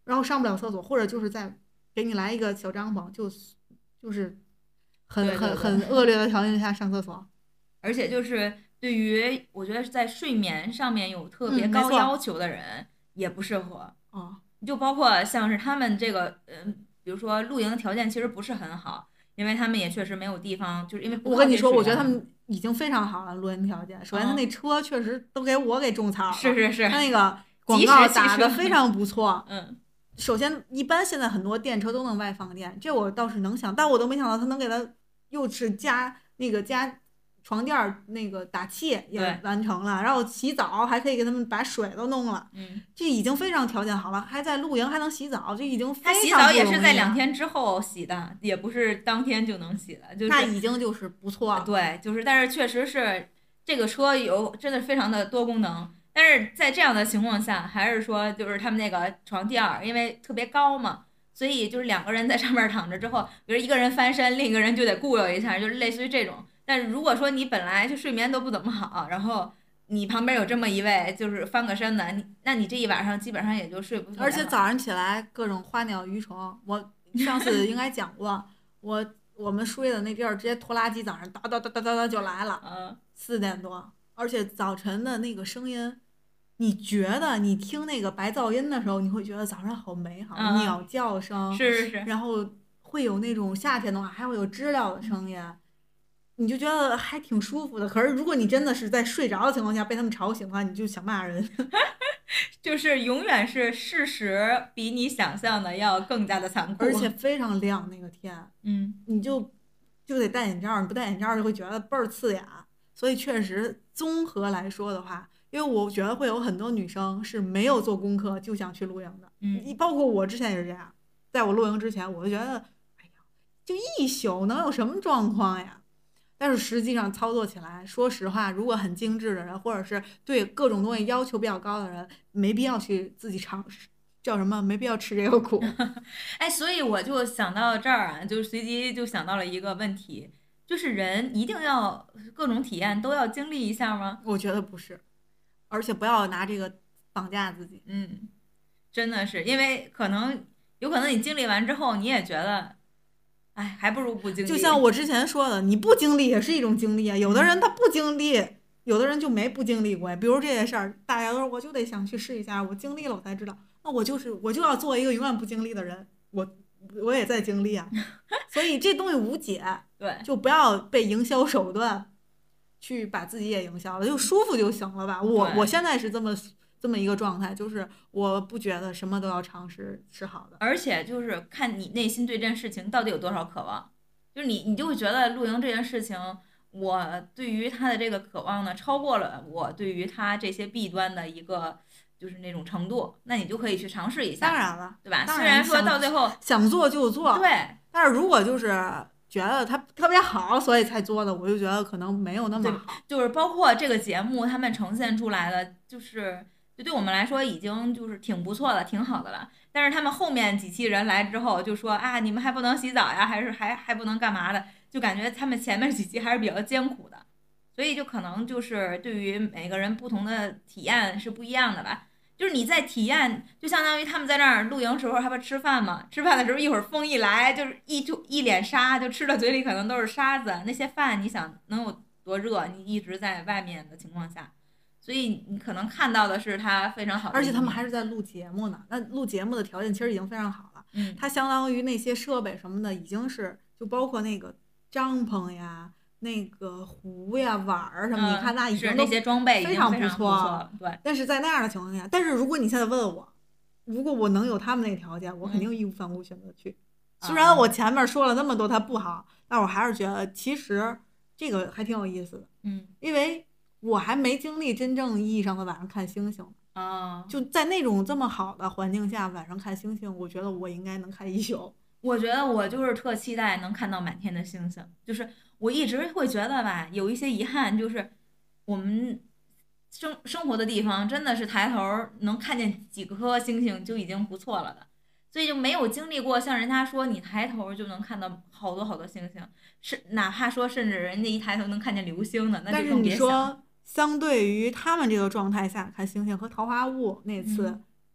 然后上不了厕所，或者就是在给你来一个小帐篷，就就是很对对对很很恶劣的条件下上厕所。 而且就是对于我觉得在睡眠上面有特别嗯，没高错。 要求的人也不适合。 哦， 就包括像是他们这个，嗯，比如说露营的条件其实不是很好，因为他们也确实没有地方，就是因为不靠我跟你说，我近水源嘛。 觉得他们已经非常好了，露营条件。首先，他那嗯， 车确实都给我给种草了， 是是是， 他那个广及告时汽车。 打的非常不错。 嗯， 首先，一般现在很多电车都能外放电，这我倒是能想，但我都没想到他能给他又是加那个加床垫儿那个打气也对完成了，然后洗澡还可以给他们把水都弄了， 嗯， 这已经非常条件好了，还在露营还能洗澡，这已经他非洗澡也常不容易是在两了。 天之后洗的，也不是当天就能洗的，就是那已经就是不错了。 对，就是但是确实是这个车有真的非常的多功能，但是在这样的情况下，还是说就是他们那个床垫儿，因为特别高嘛，所以就是两个人在上面躺着之后，比如一个人翻身，另一个人就得顾悠一下，就是类似于这种。但是如果说你本来就睡眠都不怎么好，然后你旁边有这么一位就是翻个身的，你那你这一晚上基本上也就睡不特别好。 而且早上起来各种花鸟鱼虫，我上次应该讲过，我我们睡的那地儿直接拖拉机早上哒哒哒哒哒哒就来了， 嗯， 四点多，而且早晨的那个声音，你觉得你听那个白噪音的时候，你会觉得早上好美好， 嗯鸟叫声， 是是是， 然后会有那种夏天的话还会有知了的声音。你就觉得还挺舒服的，可是如果你真的是在睡着的情况下被他们吵醒的话，你就想骂人。 就是永远是事实比你想象的要更加的残酷， 而且非常亮那个天， 嗯， 你就就得戴眼罩，你不戴眼罩就会觉得倍儿刺眼。所以确实综合来说的话，因为我觉得会有很多女生是没有做功课就想去露营的， 嗯， 你包括我之前也是这样，在我露营之前我就觉得，哎呀，就一宿能有什么状况呀？但是实际上操作起来，说实话，如果很精致的人，或者是对各种东西要求比较高的人，没必要去自己尝试，叫什么？没必要吃这个苦。 哎，所以我就想到这儿啊，就随即就想到了一个问题，就是人一定要各种体验都要经历一下吗？ 我觉得不是，而且不要拿这个绑架自己。 嗯，真的是，因为可能有可能你经历完之后，你也觉得，哎，还不如不经历。 就像我之前说的，你不经历也是一种经历啊。有的人他不经历，有的人就没不经历过呀。比如这些事儿，大家都说我就得想去试一下，我经历了我才知道。那我就是我就要做一个永远不经历的人，我我也在经历啊。所以这东西无解， 对， 就不要被营销手段去把自己也营销了，就舒服就行了吧。我我现在是这么这么一个状态，就是我不觉得什么都要尝试是好的。 而且就是看你内心对这件事情到底有多少渴望，就是你你就会觉得露营这件事情，我对于他的这个渴望呢，超过了我对于他这些弊端的一个就是那种程度，那你就可以去尝试一下， 当然了， 对吧？ 当虽然说到最后想做就做， 对， 但是如果就是觉得它特别好，所以才做的，我就觉得可能没有那么好。 就是包括这个节目他们呈现出来的，就是就对我们来说已经就是挺不错的，挺好的了。但是他们后面几期人来之后就说啊，你们还不能洗澡呀，还是还还不能干嘛的，就感觉他们前面几期还是比较艰苦的，所以就可能就是对于每个人不同的体验是不一样的吧。就是你在体验，就相当于他们在那儿露营时候，还不吃饭嘛？吃饭的时候，一会儿风一来，就是一就一脸沙，就吃到嘴里可能都是沙子。那些饭，你想能有多热？你一直在外面的情况下，所以你可能看到的是它非常好的， 而且他们还是在录节目呢。那录节目的条件其实已经非常好了， 嗯， 它相当于那些设备什么的已经是，就包括那个帐篷呀。那个壶呀、碗儿什么， 嗯、 你看那已经那些装备非常不错了。对。 但是在那样的情况下，但是如果你现在问我，如果我能有他们那个条件，我肯定义无反顾选择去。 嗯、 虽然我前面说了那么多它不好，但我还是觉得其实这个还挺有意思的。 嗯， 因为我还没经历真正意义上的晚上看星星啊、 哦，就在那种这么好的环境下晚上看星星，我觉得我应该能看一宿。 我觉得我就是特期待能看到满天的星星，就是我一直会觉得吧，有一些遗憾，就是我们生生活的地方真的是抬头能看见几颗星星就已经不错了的，所以就没有经历过像人家说你抬头就能看到好多好多星星，是哪怕说甚至人家一抬头能看见流星的，那就更别想。 但是你说相对于他们这个状态下看星星和桃花坞那次。 嗯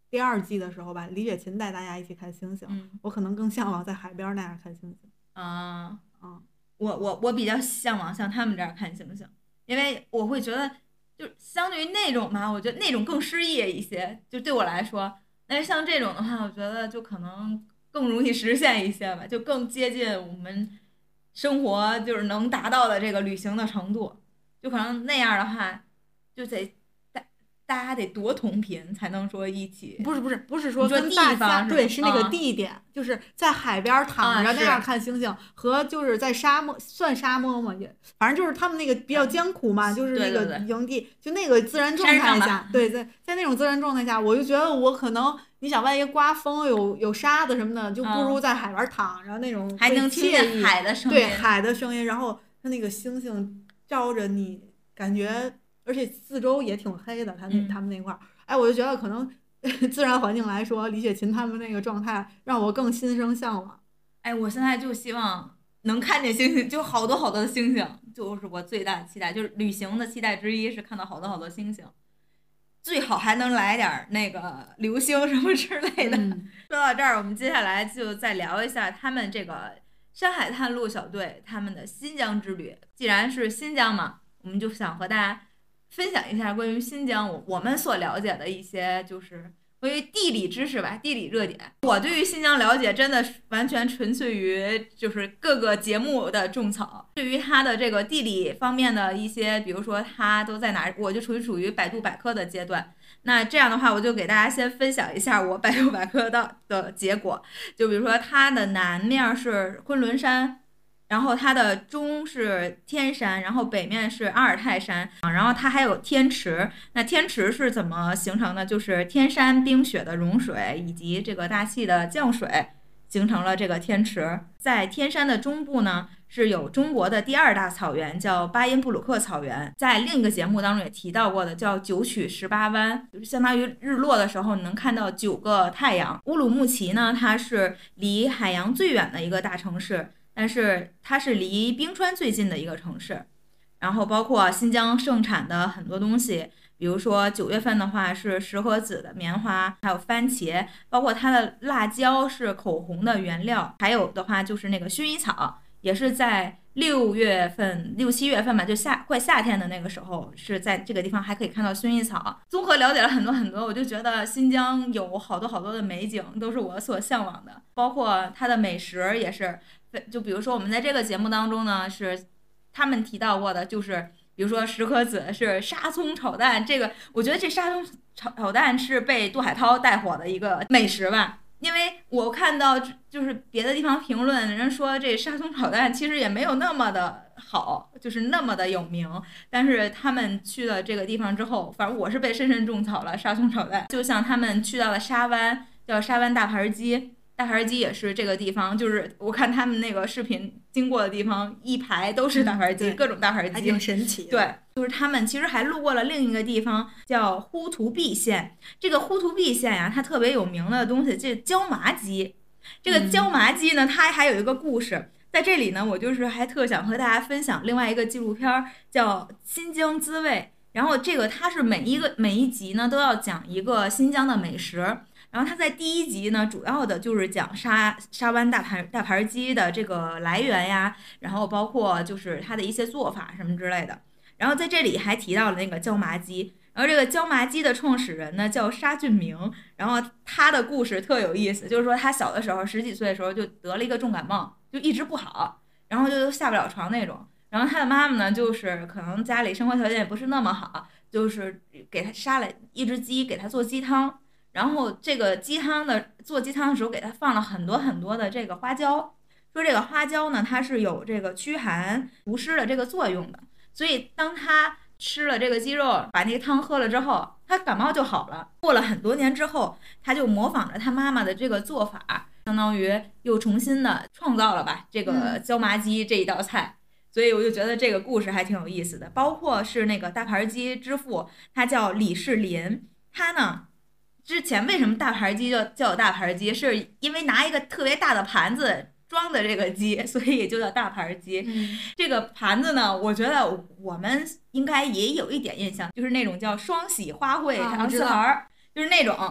第二季的时候吧，李雪琴带大家一起看星星， 嗯， 我可能更向往在海边那样看星星。 啊啊， 我我我比较向往像他们这样看星星，因为我会觉得，就相对于那种嘛，我觉得那种更诗意一些，就对我来说。但是像这种的话，我觉得就可能更容易实现一些吧，就更接近我们生活就是能达到的这个旅行的程度。就可能那样的话，就得大大家得多同频才能说一起。 不是不是不是说你说跟大地方家对， 是吧是那个啊地点，就是在海边躺啊是着那样看星星，和就是在沙漠，算沙漠吗？也反正就是他们那个比较艰苦嘛，就是那个对对对营地，就那个自然状山上吧态下，对，在在那种自然状态下，我就觉得我可能，你想万一刮风有有沙子什么的，就不如嗯在海边躺着那种还会惬能听见意， 海的声音。 对海的声音，然后它那个星星照着你，感觉而且四周也挺黑的，他那、 嗯他们那块儿，哎，我就觉得可能自然环境来说，李雪琴他们那个状态让我更心生向往。 哎，我现在就希望能看见星星，就好多好多的星星，就是我最大的期待，就是旅行的期待之一是看到好多好多星星，最好还能来点儿那个流星什么之类的。 嗯说到这儿，我们接下来就再聊一下他们这个山海探路小队他们的新疆之旅。既然是新疆嘛，我们就想和大家分享一下关于新疆我我们所了解的一些就是关于地理知识吧，地理热点。我对于新疆了解真的是完全纯粹于就是各个节目的种草。对于它的这个地理方面的一些，比如说它都在哪儿，我就处于处于百度百科的阶段。那这样的话，我就给大家先分享一下我百度百科的的结果。就比如说它的南面是昆仑山，然后它的中是天山，然后北面是阿尔泰山，然后它还有天池。那天池是怎么形成的？就是天山冰雪的融水以及这个大气的降水，形成了这个天池。在天山的中部呢，是有中国的第二大草原，叫巴音布鲁克草原。在另一个节目当中也提到过的，叫九曲十八弯，就是相当于日落的时候你能看到九个太阳。乌鲁木齐呢，它是离海洋最远的一个大城市，但是它是离冰川最近的一个城市。然后包括新疆盛产的很多东西，比如说九月份的话是石河子的棉花，还有番茄，包括它的辣椒是口红的原料，还有的话就是那个薰衣草，也是在六月份、六七月份吧，就夏快夏天的那个时候，是在这个地方还可以看到薰衣草。综合了解了很多很多，我就觉得新疆有好多好多的美景，都是我所向往的，包括它的美食也是。就比如说我们在这个节目当中呢，是他们提到过的，就是比如说石河子是沙葱炒蛋，这个我觉得这沙葱炒炒蛋是被杜海涛带火的一个美食吧。因为我看到就是别的地方评论，人说这沙葱炒蛋其实也没有那么的好，就是那么的有名。但是他们去了这个地方之后，反正我是被深深种草了沙葱炒蛋。就像他们去到了沙湾，叫沙湾大盘鸡。大盘鸡也是这个地方，就是我看他们那个视频经过的地方，一排都是大盘鸡， 嗯、 各种大盘鸡， 还挺神奇。 对，就是他们其实还路过了另一个地方，叫呼图壁县。这个呼图壁县呀，它特别有名的东西，这椒麻鸡。这个椒麻鸡呢，它还有一个故事。在这里呢，我就是还特想和大家分享另外一个纪录片，叫《新疆滋味》。然后这个它是每一个每一集呢都要讲一个新疆的美食。然后它在第一集呢，主要的就是讲沙沙湾大盘大盘鸡的这个来源呀，然后包括就是它的一些做法什么之类的。然后在这里还提到了那个椒麻鸡，然后这个椒麻鸡的创始人呢叫沙俊明，然后他的故事特有意思，就是说他小的时候十几岁的时候就得了一个重感冒，就一直不好，然后就下不了床那种。然后他的妈妈呢，就是可能家里生活条件也不是那么好，就是给他杀了一只鸡，给他做鸡汤。然后这个鸡汤的做鸡汤的时候，给它放了很多很多的这个花椒，说这个花椒呢，它是有这个驱寒除湿的这个作用的，所以当他吃了这个鸡肉，把那个汤喝了之后，他感冒就好了。过了很多年之后，他就模仿着他妈妈的这个做法，相当于又重新的创造了吧这个椒麻鸡这一道菜。所以我就觉得这个故事还挺有意思的。包括是那个大盘鸡之父，他叫李世林，他呢。之前为什么大盘鸡叫叫大盘鸡，是因为拿一个特别大的盘子装的这个鸡，所以也就叫大盘鸡。 嗯、 这个盘子呢，我觉得我们应该也有一点印象，就是那种叫双喜花卉搪瓷盘儿，就是那种。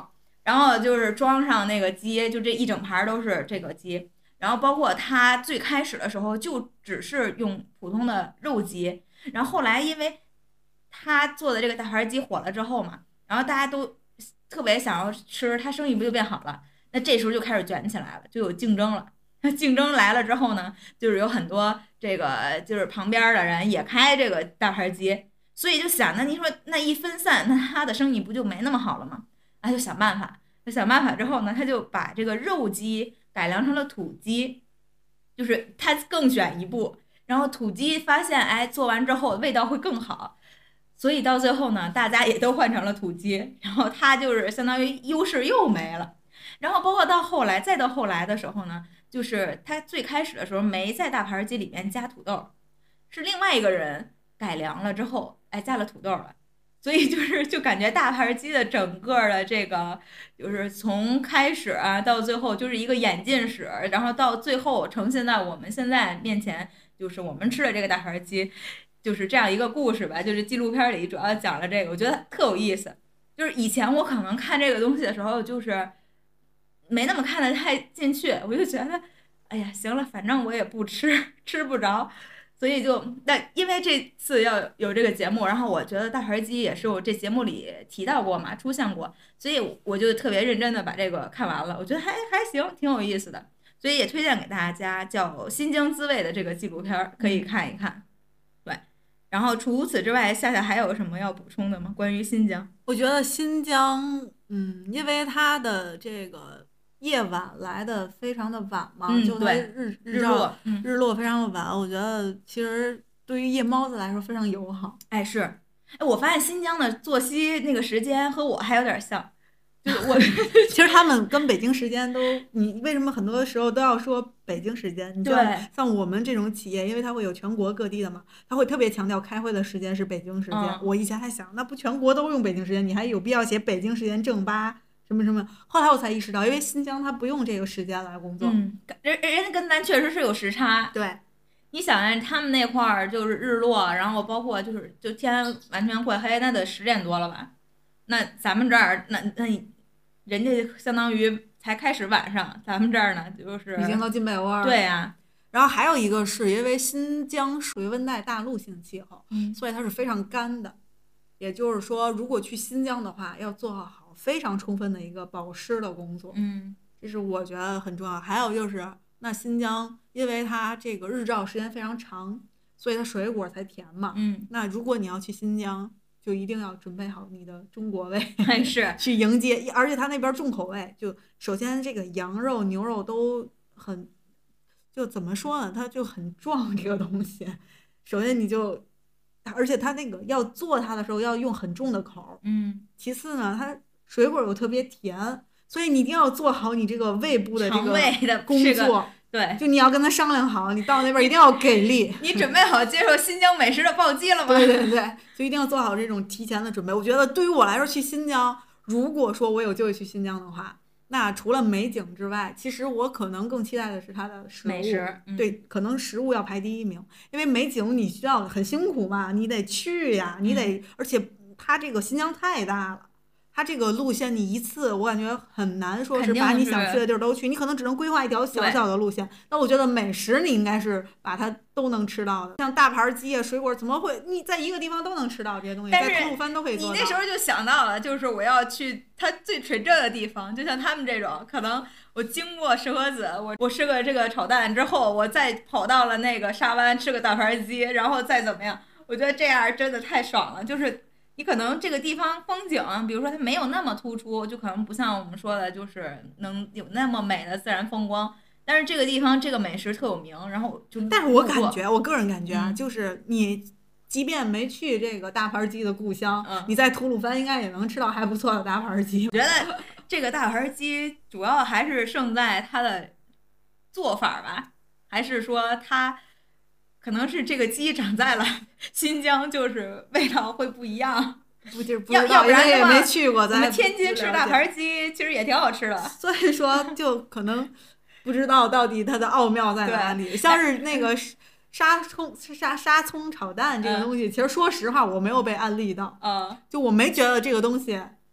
然后就是装上那个鸡，就这一整盘都是这个鸡。然后包括他最开始的时候就只是用普通的肉鸡，然后后来因为他做的这个大盘鸡火了之后嘛，然后大家都特别想要吃，他生意不就变好了？那这时候就开始卷起来了，就有竞争了。那竞争来了之后呢，就是有很多这个就是旁边的人也开这个大盘鸡，所以就想，那你说那一分散，那他的生意不就没那么好了吗？那就想办法，就想办法之后呢，他就把这个肉鸡改良成了土鸡，就是他更选一步，然后土鸡发现，哎，做完之后味道会更好，所以到最后呢，大家也都换成了土鸡，然后他就是相当于优势又没了。然后包括到后来，再到后来的时候呢，就是他最开始的时候没在大盘鸡里面加土豆，是另外一个人改良了之后，哎，加了土豆了。所以就是就感觉大盘鸡的整个的这个就是从开始啊到最后就是一个演进史，然后到最后呈现在我们现在面前，就是我们吃的这个大盘鸡，就是这样一个故事吧。就是纪录片里主要讲了这个，我觉得特有意思。就是以前我可能看这个东西的时候，就是没那么看得太进去，我就觉得，哎呀，行了，反正我也不吃，吃不着。所以就那因为这次要有这个节目，然后我觉得大盘鸡也是我这节目里提到过嘛，出现过，所以我就特别认真的把这个看完了，我觉得还还行，挺有意思的，所以也推荐给大家，叫《新疆滋味》的这个纪录片儿，可以看一看。对，然后除此之外，夏夏还有什么要补充的吗？关于新疆？ 我觉得新疆，嗯，因为它的这个夜晚来的非常的晚嘛， 嗯， 就它对， 日日照落，嗯， 日落非常的晚，我觉得其实对于夜猫子来说非常友好。 哎是，哎，我发现新疆的作息那个时间和我还有点像，就是我其实他们跟北京时间都，你为什么很多时候都要说北京时间？你像对， 像我们这种企业，因为它会有全国各地的嘛，他会特别强调开会的时间是北京时间。 嗯我以前还想，那不全国都用北京时间，你还有必要写北京时间正八什么什么？后来我才意识到，因为新疆它不用这个时间来工作。 嗯，人人家跟咱确实是有时差。 对， 你想啊，他们那块儿就是日落，然后包括就是就天完全会黑，那得十点多了吧？那咱们这儿那那人家相当于才开始晚上，咱们这儿呢就是已经都进被窝了。 对呀、 然后还有一个是因为新疆属于温带大陆性气候， 嗯所以它是非常干的。也就是说，如果去新疆的话，要做好非常充分的一个保湿的工作， 嗯这是我觉得很重要。还有就是，那新疆因为它这个日照时间非常长，所以它水果才甜嘛。 嗯， 那如果你要去新疆，就一定要准备好你的中国味， 还是去迎接。而且它那边重口味，就首先这个羊肉、牛肉都很，就怎么说呢？它就很壮这个东西。首先你就，而且它那个要做它的时候要用很重的口。 嗯其次呢，它水果又特别甜，所以你一定要做好你这个胃部的这肠个胃的工这个作。 对， 就你要跟他商量好，你到那边一定要给力。 你准备好接受新疆美食的暴击了吗？ 对对对，就一定要做好这种提前的准备。我觉得对于我来说，去新疆，如果说我有机会去新疆的话，那除了美景之外，其实我可能更期待的是它的食物。 美食，嗯、 对，可能食物要排第一名，因为美景你需要很辛苦嘛，你得去呀，你得， 嗯、 而且它这个新疆太大了。它这个路线你一次我感觉很难说是把你想去的地儿都去，你可能只能规划一条小小的路线。那我觉得美食你应该是把它都能吃到的，像大盘鸡啊、水果怎么会你在一个地方都能吃到这些东西？在吐鲁番都可以做到。 你那时候就想到了，就是我要去它最纯正的地方，就像他们这种，可能我经过石河子，我我吃个这个炒蛋之后，我再跑到了那个沙湾吃个大盘鸡，然后再怎么样，我觉得这样真的太爽了，就是。你可能这个地方风景，比如说它没有那么突出，就可能不像我们说的，就是能有那么美的自然风光。但是这个地方这个美食特有名，然后就但是我感觉，我个人感觉啊， 嗯、 就是你即便没去这个大盘鸡的故乡， 嗯、 你在吐鲁番应该也能吃到还不错的大盘鸡。 我觉得这个大盘鸡主要还是胜在它的做法吧，还是说它。可能是这个鸡长在了新疆，就是味道会不一样。 不就是不要要不然也没去过，咱们天津吃大盘鸡其实也挺好吃的。 所以说，就可能不知道到底它的奥妙在哪里。像是那个沙葱沙沙葱炒蛋这个东西， 嗯、 其实说实话我没有被安利到。 嗯， 就我没觉得这个东西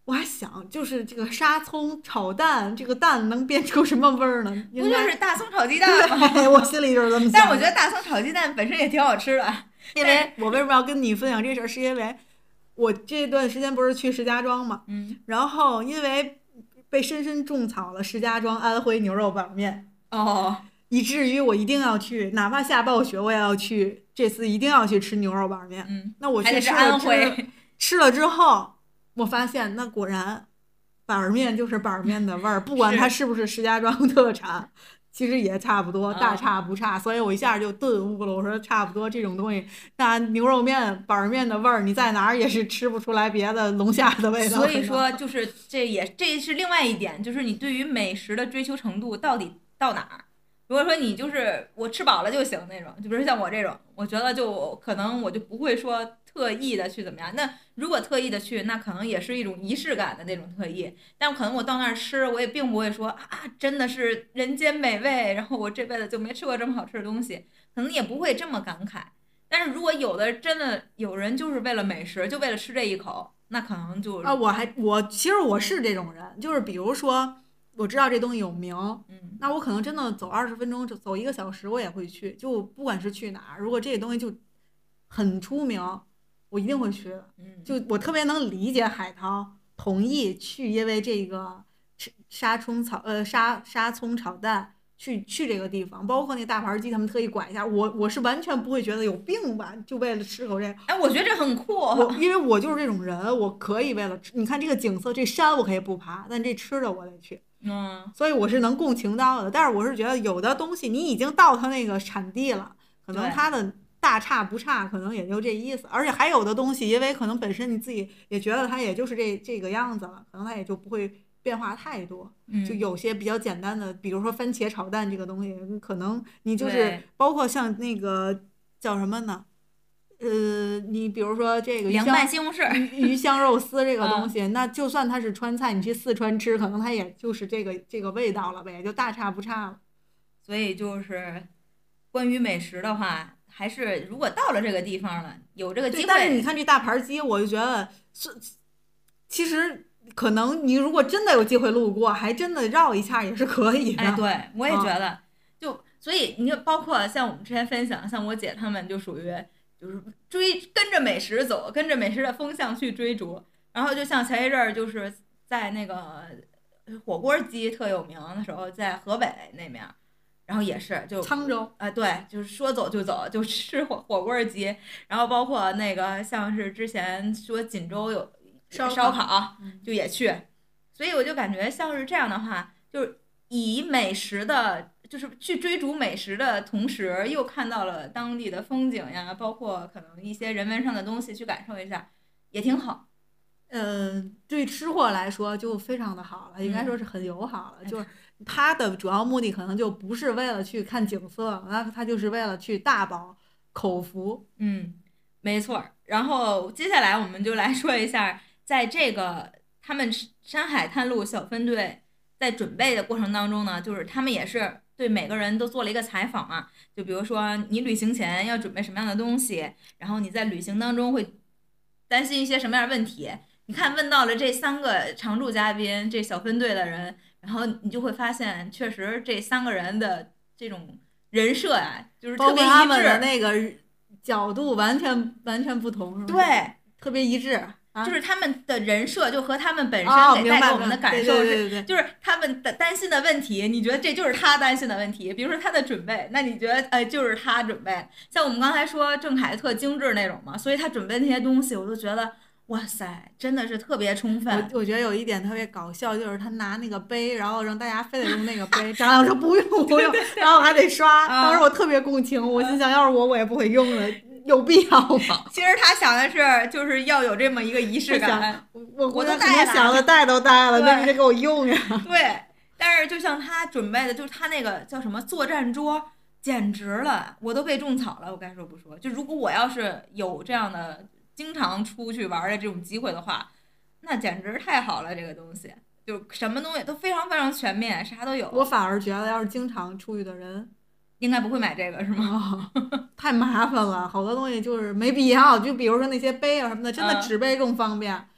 我还想，就是这个沙葱炒蛋，这个蛋能变出什么味儿呢？ 不就是大葱炒鸡蛋吗？ 对，我心里就是这么想。 但是我觉得大葱炒鸡蛋本身也挺好吃的。 因为我为什么要跟你分享这事儿，是因为我这段时间不是去石家庄嘛， 嗯， 然后因为被深深种草了石家庄安徽牛肉板面哦， 以至于我一定要去，哪怕下暴雪我也要去，这次一定要去吃牛肉板面。 嗯， 那我去吃了安徽， 吃了之后，我发现那果然板面就是板面的味儿，不管它是不是石家庄特产。其实也差不多，大差不差，嗯、所以我一下就顿悟了。我说差不多这种东西，那牛肉面、板面的味儿，你在哪儿也是吃不出来别的龙虾的味道。 所以说，就是这也这是另外一点，就是你对于美食的追求程度到底到哪儿？如果说你就是我吃饱了就行那种，就比如像我这种，我觉得就可能我就不会说特意的去怎么样。那如果特意的去，那可能也是一种仪式感的那种特意。但可能我到那儿吃，我也并不会说啊，真的是人间美味，然后我这辈子就没吃过这么好吃的东西，可能也不会这么感慨。但是如果有的真的有人就是为了美食，就为了吃这一口，那可能就啊，我还我其实我是这种人，就是比如说。我知道这东西有名， 嗯， 那我可能真的走二十分钟，走一个小时，我也会去。就不管是去哪儿，如果这个东西就很出名，我一定会去的。 嗯， 就我特别能理解海涛同意去，因为这个沙葱炒呃沙沙葱炒蛋去去这个地方，包括那大盘鸡，他们特意拐一下，我我是完全不会觉得有病吧，就为了吃口这个。 哎，我觉得这很酷。 我因为我就是这种人，我可以为了吃。你看这个景色，这山我可以不爬，但这吃的我得去。 嗯， 所以我是能共情到的，但是我是觉得有的东西你已经到它那个产地了，可能它的大差不差，可能也就这意思。而且还有的东西，因为可能本身你自己也觉得它也就是这这个样子了，可能它也就不会变化太多。 嗯， 就有些比较简单的，比如说番茄炒蛋这个东西，可能你就是包括像那个叫什么呢？呃，你比如说这个凉拌西红柿、 鱼香肉丝这个东西，嗯、那就算它是川菜，你去四川吃，可能它也就是这个这个味道了呗，就大差不差了。 所以就是关于美食的话，还是如果到了这个地方了，有这个机会。 但是你看这大盘鸡，我就觉得是，其实可能你如果真的有机会路过，还真的绕一下也是可以的。 哎，对，我也觉得，嗯、就所以你就包括像我们之前分享，像我姐他们就属于。就是追跟着美食走，跟着美食的风向去追逐。然后就像前一阵儿，就是在那个火锅鸡特有名的时候，在河北那面，然后也是就沧州啊、呃，对，就是说走就走，就吃火火锅鸡。然后包括那个像是之前说锦州有烧烧烤， 嗯、 就也去。所以我就感觉像是这样的话，就是以美食的。就是去追逐美食的同时，又看到了当地的风景呀，包括可能一些人文上的东西去感受一下，也挺好。 嗯、呃，对吃货来说就非常的好了，应该说是很友好了。 嗯、 就是它的主要目的可能就不是为了去看景色，那它就是为了去大饱口福。 嗯，没错。然后接下来我们就来说一下，在这个他们山海探路小分队在准备的过程当中呢，就是他们也是。对每个人都做了一个采访嘛，就比如说你旅行前要准备什么样的东西，然后你在旅行当中会担心一些什么样的问题。你看问到了这三个常驻嘉宾，这小分队的人，然后你就会发现，确实这三个人的这种人设啊，就是特别一致， 他们的那个角度完全完全不同，是吧？ 对， 特别一致。 就是他们的人设就和他们本身给带给我们的感受是， 就是他们的担心的问题，你觉得这就是他担心的问题。比如说他的准备，那你觉得呃就是他准备。像我们刚才说郑恺特精致那种嘛，所以他准备那些东西，我都觉得哇塞，真的是特别充分。 我我觉得有一点特别搞笑，就是他拿那个杯，然后让大家非得用那个杯，张亮说不用不用，然后还得刷。当时我特别共情，我心想要是我我也不会用的。有必要吗？ 其实他想的是，就是要有这么一个仪式感。 我我我都带了， 想的带都带了，那你得给我用呀。 对，但是就像他准备的，就是他那个叫什么作战桌，简直了，我都被种草了。我该说不说，就如果我要是有这样的经常出去玩的这种机会的话，那简直太好了。这个东西就什么东西都非常非常全面，啥都有。 我反而觉得，要是经常出去的人。 应该不会买这个是吗？ 哦、太麻烦了，好多东西就是没必要。就比如说那些杯啊什么的，真的纸杯更方便。嗯、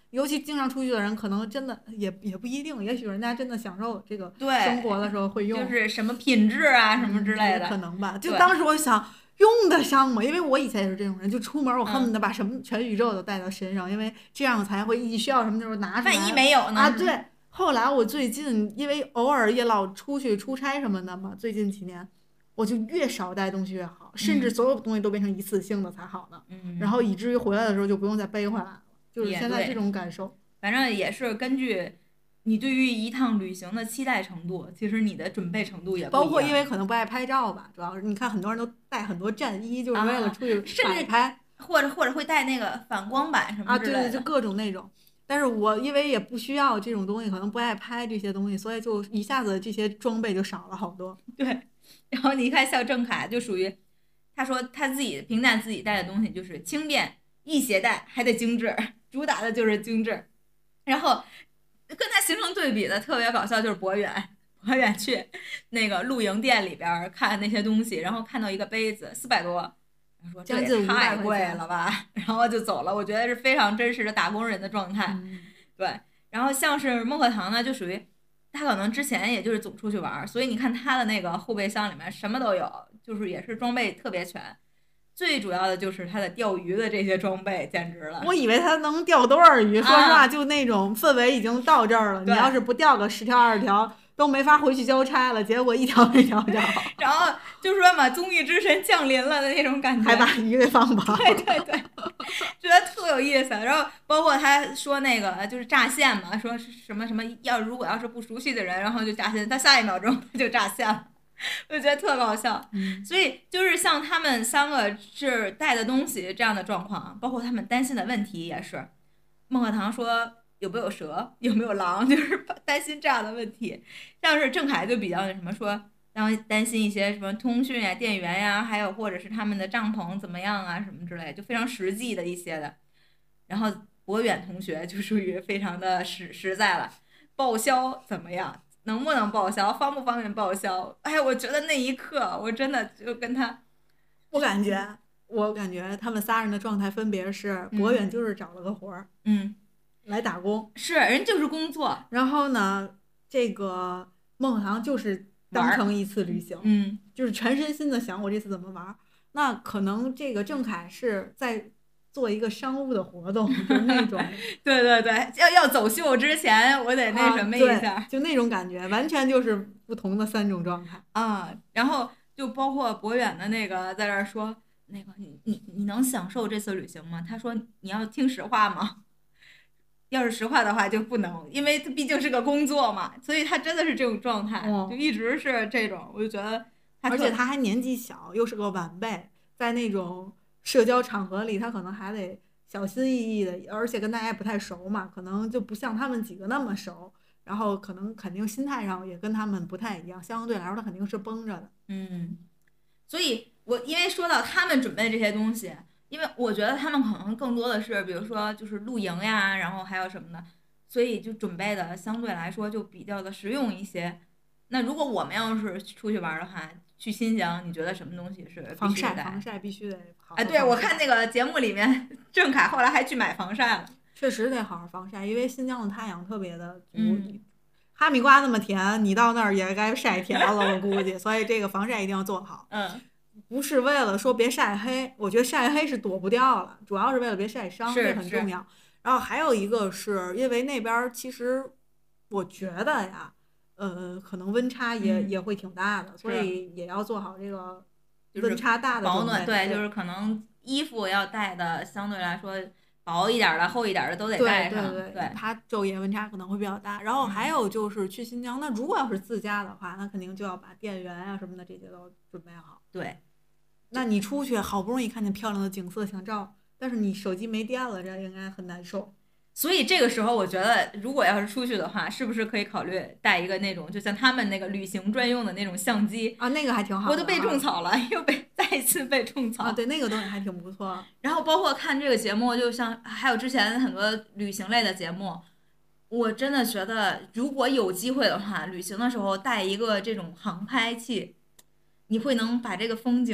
尤其经常出去的人，可能真的也也不一定，也许人家真的享受这个对生活的时候会用， 就是什么品质啊、嗯、什么之类的， 可能吧。就当时我想用得上吗？因为我以前也是这种人，就出门我恨不得把什么全宇宙都带到身上，嗯、因为这样才会一需要什么就是拿出来。 万一没有呢？ 啊，对。后来我最近因为偶尔也老出去出差什么的嘛，最近几年。我就越少带东西越好，甚至所有东西都变成一次性的才好呢。 嗯， 然后以至于回来的时候就不用再背回来了，就是现在这种感受。 反正也是根据你对于一趟旅行的期待程度，其实你的准备程度也不一样。 包括因为可能不爱拍照吧，主要是你看很多人都带很多战衣，就是为了出去摆拍， 啊、或者或者会带那个反光板什么之类的啊，对对，就各种那种。但是我因为也不需要这种东西，可能不爱拍这些东西，所以就一下子这些装备就少了好多。 对。然后你看，像郑恺就属于，他说他自己评价自己带的东西就是轻便、易携带，还得精致，主打的就是精致。然后跟他形成对比的特别搞笑，就是博远，博远去那个露营店里边看那些东西，然后看到一个杯子四百多，然后说这也太贵了吧，然后就走了。我觉得是非常真实的打工人的状态， 嗯、 对。然后像是孟鹤堂呢，就属于。他可能之前也就是总出去玩，所以你看他的那个后备箱里面什么都有，就是也是装备特别全。最主要的就是他的钓鱼的这些装备简直了。 我以为他能钓多少鱼，说实话，就那种氛围已经到这儿了。 啊、 你要是不钓个十条二十条，都没法回去交差了。结果一条没钓着。 然后就说嘛，综艺之神降临了的那种感觉， 还把鱼给放跑。 对对对，觉得特有意思。然后包括他说那个就是炸线嘛，说什么什么要如果要是不熟悉的人，然后就炸线，他下一秒钟就炸线了。我就觉得特搞笑。 嗯、 所以就是像他们三个是带的东西这样的状况，包括他们担心的问题也是。孟鹤堂说有没有蛇，有没有狼，就是担心这样的问题。像是郑恺就比较那什么说。当担心一些什么通讯呀、电源呀，还有或者是他们的帐篷怎么样啊，什么之类，就非常实际的一些的。然后博远同学就属于非常的实实在了，报销怎么样？能不能报销？方不方便报销？哎，我觉得那一刻我真的就跟他， 我感觉，我感觉他们仨人的状态分别是：博远就是找了个活儿， 嗯， 来打工， 是人就是工作。 然后呢，这个孟鹤堂就是当成一次旅行， 嗯， 就是全身心的想我这次怎么玩。那可能这个郑恺是在做一个商务的活动，就是那种， 对对对，要要走秀之前我得那什么一下， 啊、就那种感觉，完全就是不同的三种状态啊。然后就包括博远的那个在这儿说，那个你你你能享受这次旅行吗？他说你要听实话吗？要是实话的话就不能，因为他毕竟是个工作嘛，所以他真的是这种状态， 哦、 就一直是这种。我就觉得他， 而且他还年纪小，又是个晚辈，在那种社交场合里，他可能还得小心翼翼的，而且跟大家也不太熟嘛，可能就不像他们几个那么熟，然后可能肯定心态上也跟他们不太一样，相对来说他肯定是绷着的。 嗯，所以我因为说到他们准备这些东西。因为我觉得他们可能更多的是，比如说就是露营呀，然后还有什么的，所以就准备的相对来说就比较的实用一些。那如果我们要是出去玩的话，去新疆，你觉得什么东西是防晒？防晒必须得好。 哎，对，我看那个节目里面，郑恺后来还去买防晒了。 确实得好好防晒，因为新疆的太阳特别的足。 嗯、 哈密瓜那么甜，你到那儿也该晒甜了，我估计。所以这个防晒一定要做好。 嗯。 不是为了说别晒黑，我觉得晒黑是躲不掉了，主要是为了别晒伤，这很重要。然后还有一个是因为那边其实我觉得呀，呃，可能温差也、 嗯、 也会挺大的，所以也要做好这个温差大的保暖。对， 对， 就是可能衣服要带的相对来说薄一点的、厚一点的都得带上。 对对对， 它昼夜温差可能会比较大。然后还有就是去新疆，那如果要是自驾的话，那肯定就要把电源啊什么的这些都准备好。 对。 那你出去好不容易看见漂亮的景色想照，但是你手机没电了，这应该很难受。 所以这个时候我觉得如果要是出去的话，是不是可以考虑带一个那种就像他们那个旅行专用的那种相机啊？那个还挺好的。 我都被种草了，又被再一次被种草啊！对，那个东西还挺不错。 然后包括看这个节目，就像还有之前很多旅行类的节目，我真的觉得如果有机会的话，旅行的时候带一个这种航拍器，你会能把这个风景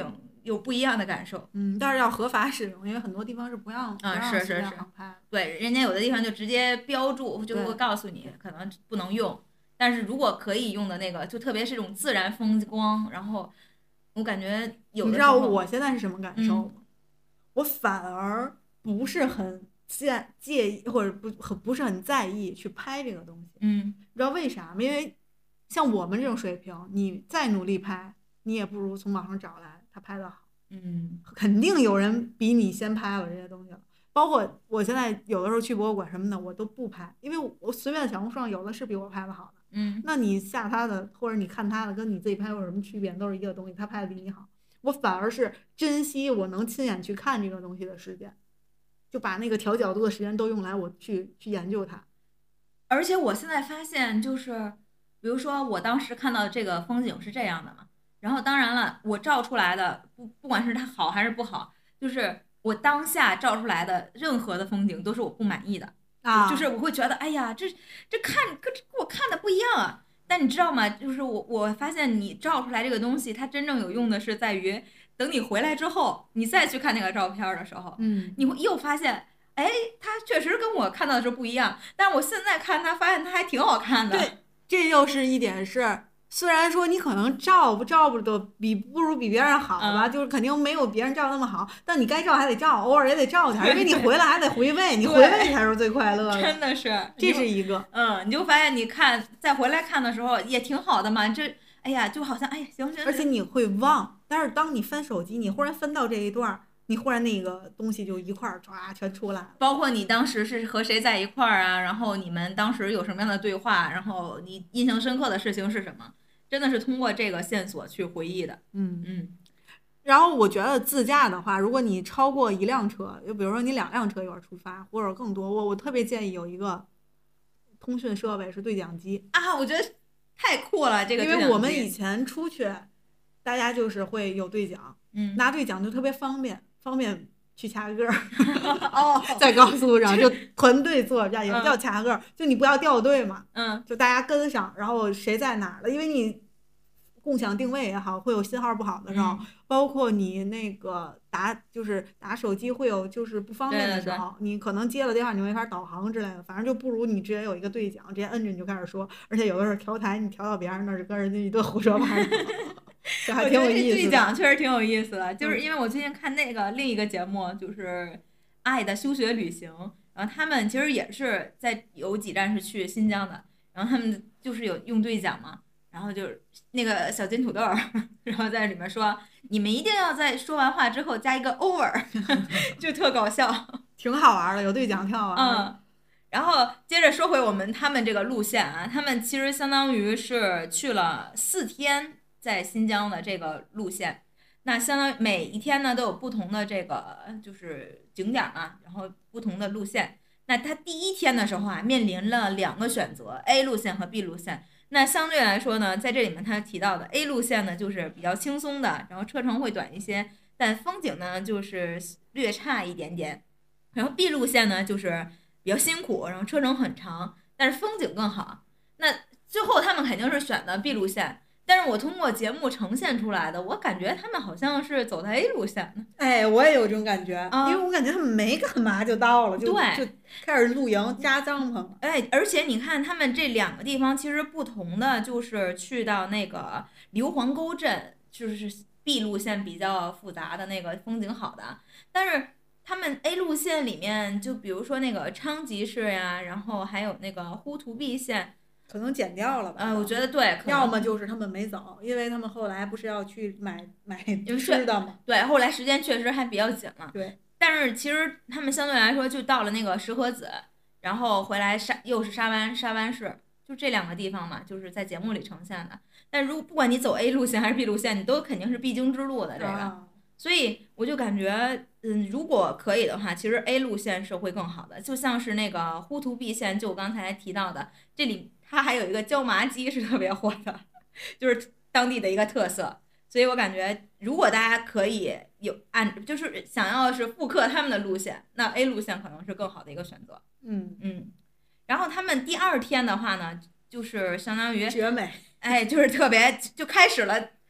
有不一样的感受。 嗯，但是要合法使用，因为很多地方是不让不啊， 让是是是随便航拍。 对，人家有的地方就直接标注，就会对告诉你可能不能用。但是如果可以用的那个，就特别是这种自然风光，然后我感觉有你知道的时候， 我现在是什么感受嗯吗？我反而不是很介介意，或者不很不是很在意去拍这个东西。 嗯你知道为啥吗？因为像我们这种水平，你再努力拍，你也不如从网上找来他拍的好。 嗯肯定有人比你先拍了这些东西了。包括我现在有的时候去博物馆什么的，我都不拍，因为我随便小红书上有的是比我拍的好的。 嗯那你下他的，或者你看他的，跟你自己拍有什么区别？都是一个东西，他拍的比你好。我反而是珍惜我能亲眼去看这个东西的时间，就把那个调角度的时间都用来我去去研究它。 而且我现在发现，就是比如说我当时看到这个风景是这样的嘛，然后当然了，我照出来的不不管是它好还是不好，就是我当下照出来的任何的风景都是我不满意的。 啊， 就是我会觉得，哎呀，这这看跟跟我看的不一样啊。但你知道吗？就是我我发现你照出来这个东西，它真正有用的是在于，等你回来之后，你再去看那个照片的时候， 嗯， 你会又发现，哎，它确实跟我看到的时候不一样。但是我现在看它，发现它还挺好看的。 对，这又是一点是。虽然说你可能照不照不都比不如比别人好吧， 嗯就是肯定没有别人照那么好，但你该照还得照，偶尔也得照一下，因为你对回来还得回味，你回对味才是最快乐的。 真的是， 这你就是一个。 嗯，你就发现你看再回来看的时候也挺好的嘛。这哎呀，就好像哎呀，行行， 而且你会忘，但是当你翻手机，你忽然翻到这一段儿，你忽然那个东西就一块儿唰全出来了。 包括你当时是和谁在一块儿啊，然后你们当时有什么样的对话，然后你印象深刻的事情是什么，真的是通过这个线索去回忆的。 嗯， 嗯然后我觉得自驾的话，如果你超过一辆车，就比如说你两辆车一块儿出发，或者更多，我我特别建议有一个通讯设备是对讲机， 啊，我觉得太酷了，这个因对讲机为我们以前出去，大家就是会有对讲， 嗯拿对讲就特别方便，方便去掐个儿。 哦在高速上就团队作战，也不嗯叫掐个儿，就你不要掉队嘛， 嗯就大家跟上，然后谁在哪儿了，因为你共享定位也好，会有信号不好的时候， 嗯包括你那个打就是打手机会有就是不方便的时候， 对你可能接了电话你没法导航之类的，反正就不如你直接有一个对讲，直接摁着你就开始说，而且有的时候调台你调到别人那儿，就跟人家一顿胡说八道，这还我觉得这对挺有意思的。 讲确实挺有意思的，就是嗯因为我最近看那个另一个节目，就是《爱的休学旅行》，然后他们其实也是在有几站是去新疆的，然后他们就是有用对讲嘛，然后就是那个小金土豆儿，然后在里面说，你们一定要在说完话之后加一个 over，就特搞笑。 挺好玩的，有对讲挺好玩的。 嗯，然后接着说回我们他们这个路线啊，他们其实相当于是去了四天在新疆的这个路线，那相当于每一天呢都有不同的这个就是景点儿嘛，然后不同的路线。那他第一天的时候啊，面临了两个选择，A 路线和 B 路线。那相对来说呢，在这里面他提到的 A 路线呢，就是比较轻松的，然后车程会短一些，但风景呢就是略差一点点。然后 B 路线呢就是比较辛苦，然后车程很长，但是风景更好。那最后他们肯定是选的 B 路线，但是我通过节目呈现出来的，我感觉他们好像是走的 A 路线的。 哎，我也有这种感觉， 啊因为我感觉他们没干嘛就到了，就对就开始露营扎帐篷了。 哎，而且你看，他们这两个地方其实不同的，就是去到那个硫磺沟镇，就是 B 路线比较复杂的那个风景好的，但是他们 A 路线里面，就比如说那个昌吉市呀，然后还有那个呼图壁县， 可能剪掉了吧？ 呃，我觉得对，可能要么就是他们没走，因为他们后来不是要去买买为吃的吗？ 对，后来时间确实还比较紧了。 对， 但是其实他们相对来说就到了那个石河子，然后回来沙又是沙湾沙湾市，就这两个地方嘛，就是在节目里呈现的。但如不管你走 A 路线还是 B 路线，你都肯定是必经之路的这个。 啊， 所以我就感觉，嗯，如果可以的话，其实 A 路线是会更好的。就像是那个呼图壁县，就我刚才提到的，这里它还有一个椒麻鸡是特别火的，就是当地的一个特色。所以我感觉，如果大家可以有按，就是想要是复刻他们的路线，那 A 路线可能是更好的一个选择。 嗯， 嗯，然后他们第二天的话呢，就是相当于， 绝美， 哎，就是特别就开始了。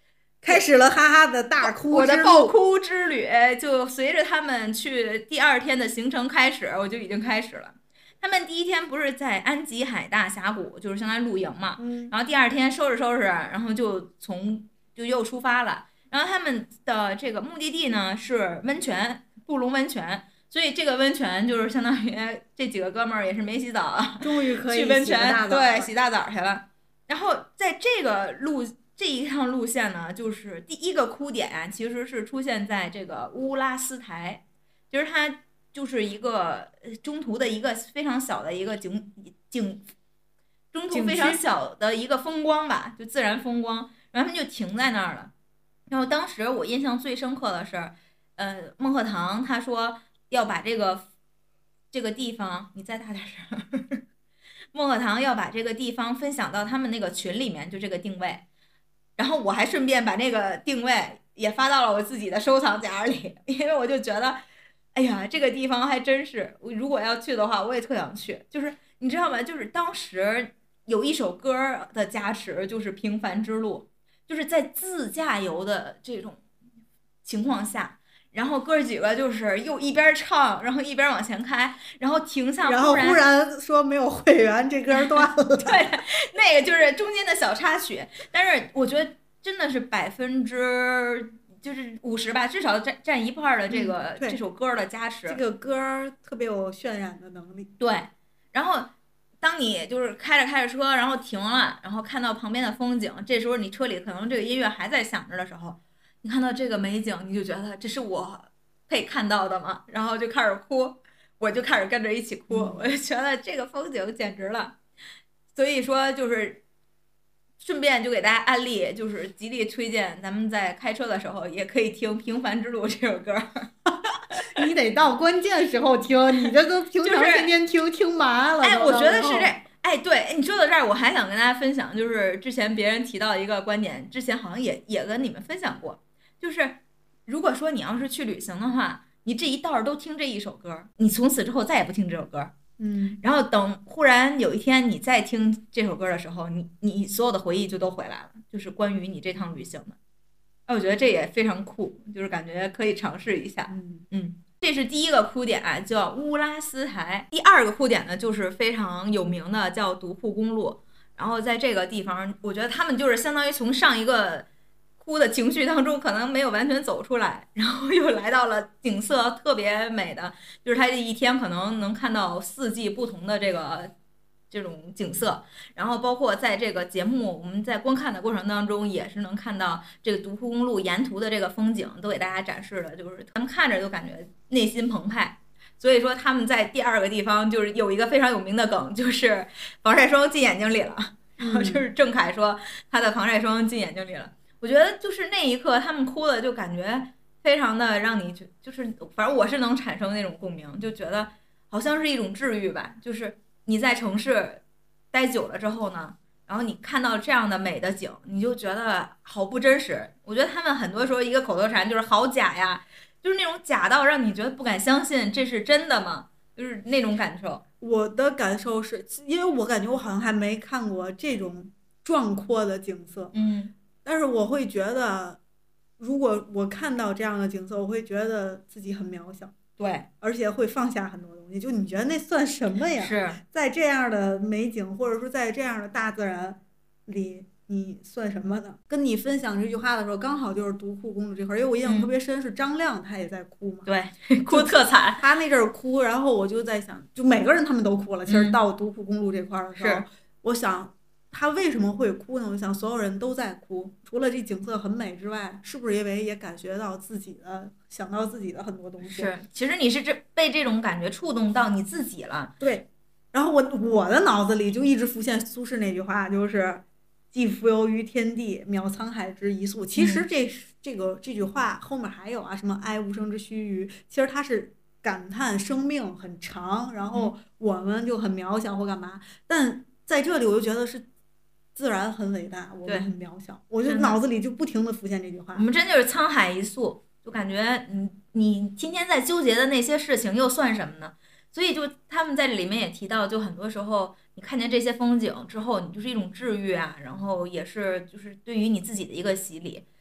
开始了哈哈的大哭我的爆哭之旅就随着他们去第二天的行程开始，我就已经开始了。他们第一天不是在安吉海大峡谷，就是相当于露营嘛， 嗯， 然后第二天收拾收拾，然后就从就又出发了。然后他们的这个目的地呢是温泉，布隆温泉，所以这个温泉就是相当于这几个哥们儿也是没洗澡啊， 终于可以去温泉，对， 洗洗大澡去了。然后在这个路这一趟路线呢，就是第一个哭点啊，其实是出现在这个乌拉斯台，就是它就是一个中途的一个非常小的一个景景，中途非常小的一个风光吧，就自然风光，然后他们就停在那儿了。然后当时我印象最深刻的是，呃，孟鹤堂他说要把这个这个地方，你再大点声。孟鹤堂要把这个地方分享到他们那个群里面，就这个定位。然后我还顺便把那个定位也发到了我自己的收藏夹里，因为我就觉得，哎呀，这个地方还真是，我如果要去的话，我也特想去。就是你知道吗？就是当时有一首歌的加持，就是《平凡之路》。就是在自驾游的这种情况下，然后哥几个就是又一边唱，然后一边往前开，然后停下， 然后忽然说没有会员，这歌断了。 对，那个就是中间的小插曲，但是我觉得真的是百分之就是五十吧，至少占占一半的这个、 嗯、 这首歌的加持。 这个歌特别有渲染的能力。 对，然后。当你就是开着开着车，然后停了，然后看到旁边的风景，这时候你车里可能这个音乐还在响着的时候，你看到这个美景，你就觉得这是我配看到的吗？然后就开始哭，我就开始跟着一起哭，我就觉得这个风景简直了。所以说就是顺便就给大家安利，就是极力推荐咱们在开车的时候也可以听《平凡之路》这首歌。 你得到关键时候听，你这都平常天天听、就是、听麻了。 哎，我觉得是这，哎，对，你说到这儿，我还想跟大家分享，就是之前别人提到一个观点，之前好像也也跟你们分享过，就是如果说你要是去旅行的话，你这一道都听这一首歌，你从此之后再也不听这首歌， 嗯， 然后等忽然有一天你再听这首歌的时候，你你所有的回忆就都回来了，就是关于你这趟旅行的。哎，我觉得这也非常酷，就是感觉可以尝试一下。 嗯嗯，这是第一个哭点啊，叫乌拉斯台。第二个哭点呢，就是非常有名的叫独库公路。然后在这个地方，我觉得他们就是相当于从上一个哭的情绪当中，可能没有完全走出来，然后又来到了景色特别美的，就是他这一天可能能看到四季不同的这个。这种景色，然后包括在这个节目我们在观看的过程当中，也是能看到这个独库公路沿途的这个风景都给大家展示了，就是他们看着就感觉内心澎湃。所以说他们在第二个地方就是有一个非常有名的梗，就是防晒霜进眼睛里了，然后就是郑恺说他的防晒霜进眼睛里了。我觉得就是那一刻他们哭的就感觉非常的让你就是反正我是能产生那种共鸣，就觉得好像是一种治愈吧，就是你在城市待久了之后呢，然后你看到这样的美的景，你就觉得好不真实。我觉得他们很多时候一个口头禅就是好假呀，就是那种假到让你觉得不敢相信这是真的吗？就是那种感受。 我的感受是，因为我感觉我好像还没看过这种壮阔的景色， 嗯， 但是我会觉得，如果我看到这样的景色，我会觉得自己很渺小。 对， 而且会放下很多东西，就你觉得那算什么呀？ 是在这样的美景，或者说在这样的大自然里，你算什么呢？跟你分享这句话的时候，刚好就是独库公路这块儿，因为我印象特别深，是张亮他也在哭嘛， 对，哭特惨， 他那阵儿哭，然后我就在想，就每个人他们都哭了。其实到独库公路这块儿的时候， 嗯、 我想。他为什么会哭呢？我想所有人都在哭，除了这景色很美之外，是不是因为也感觉到自己的想到自己的很多东西？ 是，其实你是这被这种感觉触动到你自己了。 对，然后我我的脑子里就一直浮现苏轼那句话，就是“寄蜉蝣于天地，渺沧海之一粟”。其实这、嗯、这个这句话后面还有啊，什么“哀吾生之须臾”，其实它是感叹生命很长，然后我们就很渺小或干嘛。但在这里，我就觉得是。自然很伟大，我们很渺小，我就脑子里就不停的浮现这句话。 我们真就是沧海一粟，就感觉你你天天在纠结的那些事情又算什么呢？所以就他们在这里面也提到，就很多时候你看见这些风景之后，你就是一种治愈啊，然后也是就是对于你自己的一个洗礼。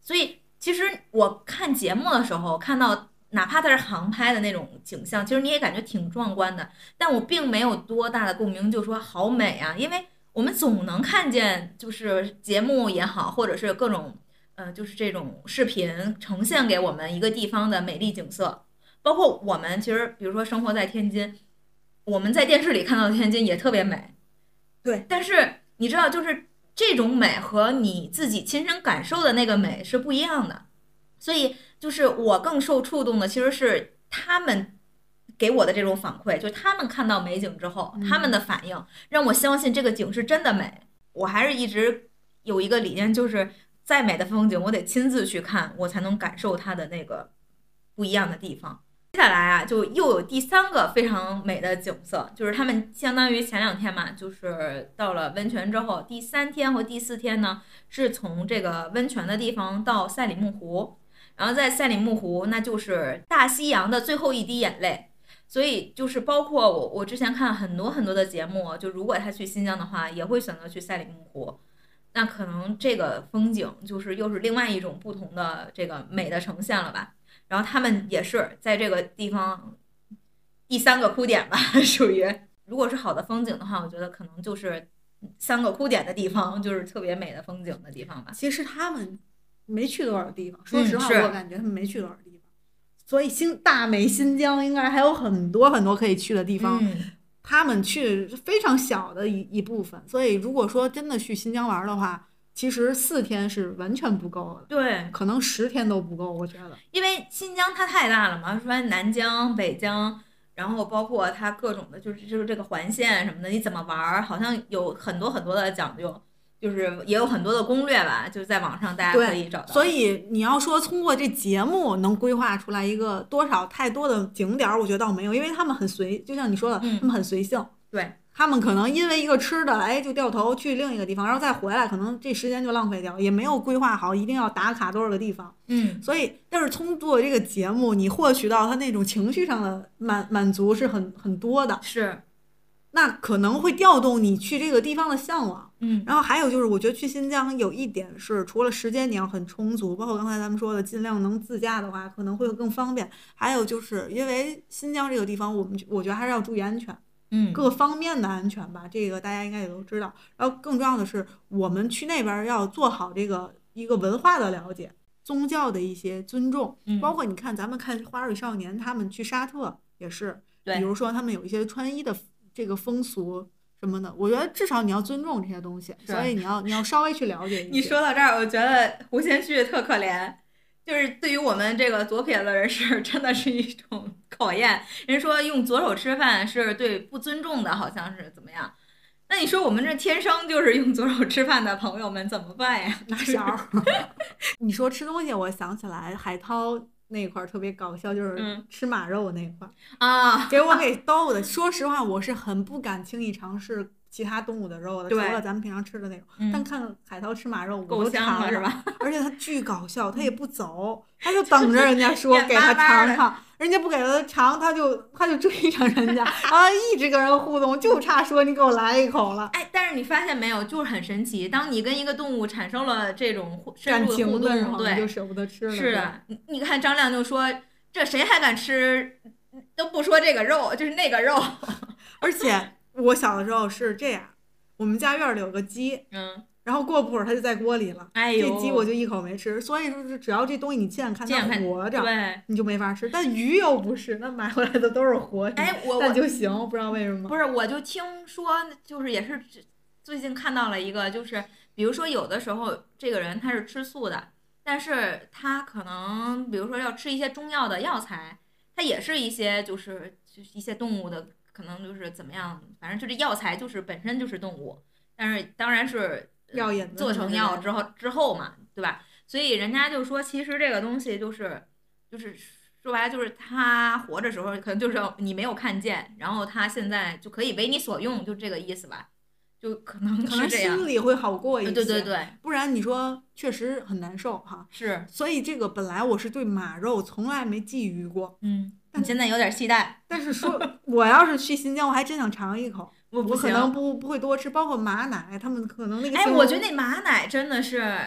所以其实我看节目的时候，看到哪怕它是航拍的那种景象，其实你也感觉挺壮观的，但我并没有多大的共鸣，就说好美啊，因为我们总能看见，就是节目也好，或者是各种呃，就是这种视频呈现给我们一个地方的美丽景色，包括我们其实比如说生活在天津，我们在电视里看到的天津也特别美， 对， 但是你知道，就是这种美和你自己亲身感受的那个美是不一样的。所以就是我更受触动的其实是他们给我的这种反馈，就他们看到美景之后， 嗯、 他们的反应让我相信这个景是真的美。我还是一直有一个理念，就是再美的风景，我得亲自去看，我才能感受它的那个不一样的地方。接下来啊，就又有第三个非常美的景色，就是他们相当于前两天嘛，就是到了温泉之后，第三天和第四天呢，是从这个温泉的地方到赛里木湖。然后在赛里木湖，那就是大西洋的最后一滴眼泪，所以就是包括我，我之前看很多很多的节目，就如果他去新疆的话，也会选择去赛里木湖，那可能这个风景就是又是另外一种不同的这个美的呈现了吧。然后他们也是在这个地方第三个哭点吧，属于如果是好的风景的话，我觉得可能就是三个哭点的地方，就是特别美的风景的地方吧。 其实他们没去多少地方，说实话， 嗯、 我感觉他们没去多少地方，所以新大美新疆应该还有很多很多可以去的地方， 嗯、 他们去非常小的一一部分，所以如果说真的去新疆玩的话，其实四天是完全不够的， 对， 可能十天都不够，我觉得， 因为新疆它太大了嘛，说南疆、北疆，然后包括它各种的，就是就是这个环线什么的，你怎么玩，好像有很多很多的讲究。就是也有很多的攻略吧，就在网上大家可以找到。 所以你要说通过这节目能规划出来一个多少太多的景点，我觉得倒没有，因为他们很随，就像你说的， 嗯、 他们很随性。 对， 他们可能因为一个吃的，哎，就掉头去另一个地方，然后再回来，可能这时间就浪费掉，也没有规划好一定要打卡多少个地方。 嗯， 所以，但是通过这个节目，你获取到他那种情绪上的满满足是很很多的。 是。 那可能会调动你去这个地方的向往， 嗯， 然后还有就是，我觉得去新疆有一点是，除了时间你要很充足，包括刚才咱们说的，尽量能自驾的话，可能会更方便。还有就是因为新疆这个地方，我们我觉得还是要注意安全， 嗯， 各方面的安全吧，这个大家应该也都知道。然后更重要的是，我们去那边要做好这个一个文化的了解，宗教的一些尊重， 嗯、 包括你看咱们看《花儿与少年》，他们去沙特也是， 对， 比如说他们有一些穿衣的。这个风俗什么的，我觉得至少你要尊重这些东西，所以你要你要稍微去了解一些。 你说到这儿，我觉得胡先煦特可怜，就是对于我们这个左撇子人士，真的是一种考验。人说用左手吃饭是对不尊重的，好像是怎么样？那你说我们这天生就是用左手吃饭的朋友们怎么办呀？ 拿勺。你说吃东西，我想起来海涛。那块儿特别搞笑，就是吃马肉那块儿、 嗯、啊， 给我给逗的。说实话，我是很不敢轻易尝试其他动物的肉的，除了咱们平常吃的那种。 嗯、 但看海涛吃马肉， 够香了是吧？ 而且他巨搞笑，他也不走，他就等着人家说给他尝尝，人家不给他尝，他就他就追上人家，然后一直跟人互动，就差说你给我来一口了。 哎，但是你发现没有，就是很神奇，当你跟一个动物产生了这种深入的互动，对， 就舍不得吃了。 是的，你你看张亮就说，这谁还敢吃？都不说这个肉，就是那个肉。 而且我小的时候是这样，我们家院里有个鸡， 嗯。 然后过不会儿它就在锅里了， 哎呦， 这鸡我就一口没吃。所以就是只要这东西你亲眼看它活着， 对， 你就没法吃。但鱼又不是，那买回来的都是活的， 哎，我但就行，不知道为什么。 不是，我就听说，就是也是最近看到了一个，就是比如说有的时候这个人他是吃素的，但是他可能比如说要吃一些中药的药材，它也是一些就是就是一些动物的，可能就是怎么样，反正就这药材就是本身就是动物，但是当然是。 药引做成药之后之后嘛，对吧？所以人家就说，其实这个东西就是就是说白了就是他活着时候可能就是你没有看见，然后他现在就可以为你所用，就这个意思吧，就可能可能心里会好过一些。 对对对， 不然你说确实很难受哈。 是， 所以这个本来我是对马肉从来没觊觎过， 嗯，你现在有点期待。 但是说我要是去新疆，我还真想尝一口。 我可能不不会多吃，包括马奶，他们可能那个。 哎，我觉得那马奶真的是，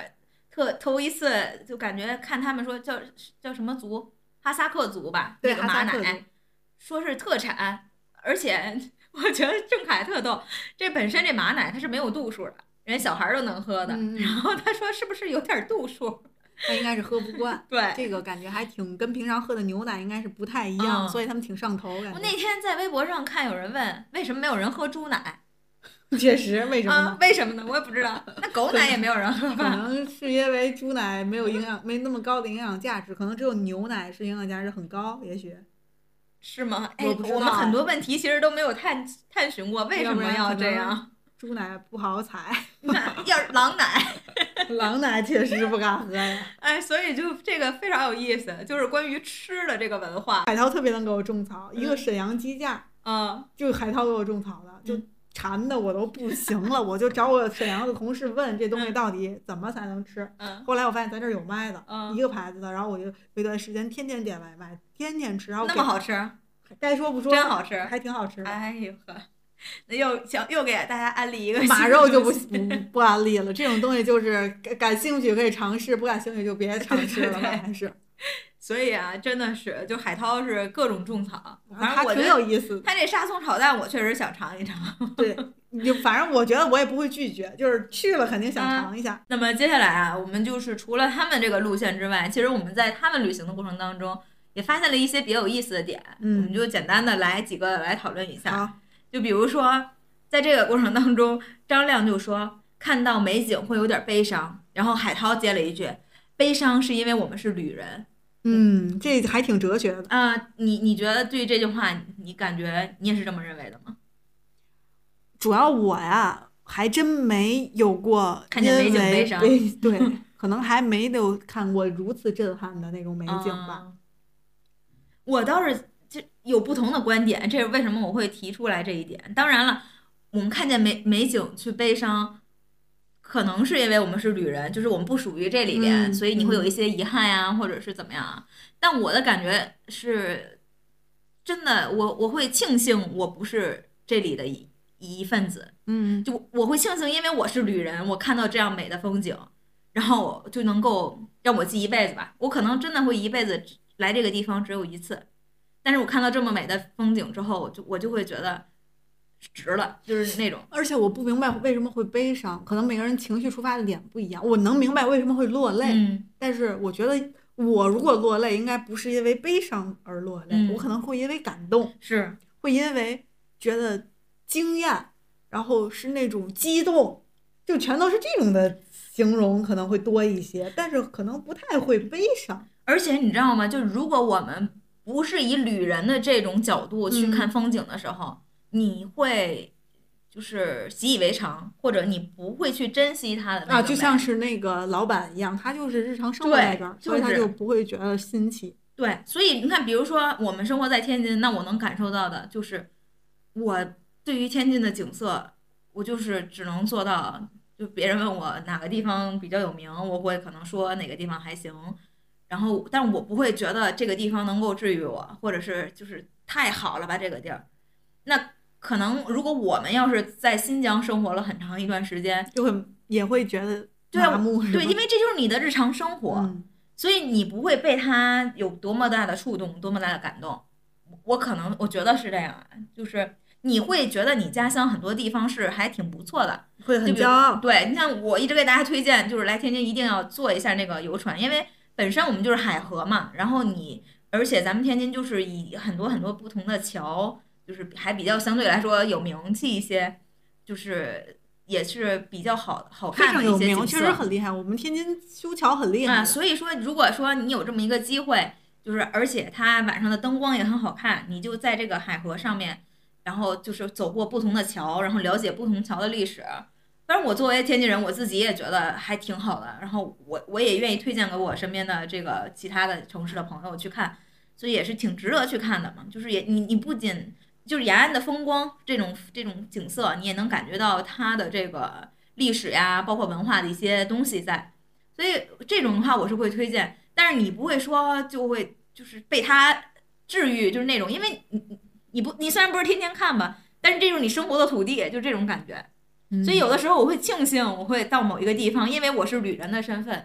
特头一次就感觉看他们说叫叫什么族，哈萨克族吧， 对， 那个马哈萨克族奶说是特产，而且我觉得郑恺特逗，这本身这马奶它是没有度数的，人家小孩儿都能喝的， 嗯嗯然后他说是不是有点度数？ 他应该是喝不惯， 对， 这个感觉还挺跟平常喝的牛奶应该是不太一样， 嗯所以他们挺上头。感觉我那天在微博上看有人问为什么没有人喝猪奶确实，为什么呢？ 啊？为什么呢？我也不知道。那狗奶也没有人喝可吧？ 能是因为猪奶没有营养，没那么高的营养价值，可能只有牛奶是营养价值很高，也许。 是吗？哎， 我不知道我们很多问题其实都没有探探寻过，为什么要这样？ 猪奶不好采， 那要是狼奶， 狼奶确实不敢喝呀。 哎，所以就这个非常有意思，就是关于吃的这个文化。 海涛特别能给我种草，一个嗯沈阳鸡架， 嗯， 就海涛给我种草的，就嗯馋的我都不行了，我就找我沈阳的同事问这东西到底怎么才能吃。 嗯后来我发现咱这儿有卖的， 嗯一个牌子的，然后我就有一段时间天天点外卖，天天吃，然后那么好吃， 该说不说， 真好吃， 还挺好吃的。 哎呦呵，那又想又给大家安利一个马肉就不不不安利了，这种东西就是感感兴趣可以尝试，不感兴趣就别尝试了，还是。 所以啊，真的是，就海涛是各种种草，反正他挺我觉得有意思的。 他这沙葱炒蛋，我确实想尝一尝。 对，就反正我觉得我也不会拒绝，就是去了肯定想嗯尝一下。 那么接下来啊，我们就是除了他们这个路线之外，其实我们在他们旅行的过程当中，也发现了一些比较有意思的点， 嗯我们就简单的来几个来讨论一下。 好， 就比如说，在这个过程当中，张亮就说看到美景会有点悲伤，然后海涛接了一句，悲伤是因为我们是旅人。 嗯，这还挺哲学的。 啊、你你觉得对这句话，你感觉你也是这么认为的吗？ 主要我呀，还真没有过看见美景因为悲伤悲对，可能还没有看过如此震撼的那种美景吧。 嗯我倒是就有不同的观点，这是为什么我会提出来这一点。当然了，我们看见美美景去悲伤，可能是因为我们是旅人，就是我们不属于这里边， 嗯所以你会有一些遗憾呀，或者是怎么样啊。但我的感觉是，真的，我我会庆幸我不是这里的一一份子， 嗯， 就我会庆幸，因为我是旅人，我看到这样美的风景，然后就能够让我记一辈子吧。我可能真的会一辈子来这个地方只有一次，但是我看到这么美的风景之后，我就我就会觉得值了，就是那种。 而且我不明白为什么会悲伤，可能每个人情绪出发的点不一样。我能明白为什么会落泪， 嗯但是我觉得我如果落泪，应该不是因为悲伤而落泪， 嗯我可能会因为感动， 是， 会因为觉得惊艳，然后是那种激动，就全都是这种的形容可能会多一些，但是可能不太会悲伤。 而且你知道吗？就如果我们不是以旅人的这种角度去看风景的时候，你会就是习以为常，或者你不会去珍惜它的那啊， 个就像美是那个老板一样，他就是日常生活对在这儿， 就是所以他就不会觉得新奇。 对，所以你看，比如说我们生活在天津，那我能感受到的就是，我对于天津的景色，我就是只能做到，就别人问我哪个地方比较有名，我会可能说哪个地方还行，然后，但我不会觉得这个地方能够治愈我，或者是就是太好了吧这个地儿。那可能如果我们要是在新疆生活了很长一段时间， 就会也会觉得对啊麻木，是吧对，因为这就是你的日常生活。 嗯所以你不会被它有多么大的触动，多么大的感动。我可能我觉得是这样啊，就是你会觉得你家乡很多地方是还挺不错的， 会很就比如骄傲。 对你像我一直给大家推荐，就是来天津一定要坐一下那个游船，因为本身我们就是海河嘛，然后你而且咱们天津就是以很多很多不同的桥，就是还比较相对来说有名气一些，就是也是比较好好非看的常有名， 一些景色。 确实很厉害。我们天津修桥很厉害啊， 的。 所以说，如果说你有这么一个机会，就是而且它晚上的灯光也很好看，你就在这个海河上面，然后就是走过不同的桥，然后了解不同桥的历史。当然，我作为天津人，我自己也觉得还挺好的。然后我我也愿意推荐给我身边的这个其他的城市的朋友去看，所以也是挺值得去看的嘛。就是也你你不仅就是沿岸的风光这种这种景色，你也能感觉到它的这个历史呀，包括文化的一些东西在。所以这种的话，我是会推荐。但是你不会说就会就是被它治愈，就是那种，因为你你你不你虽然不是天天看吧，但是这就是你生活的土地，就这种感觉。 嗯所以有的时候我会庆幸我会到某一个地方，因为我是旅人的身份，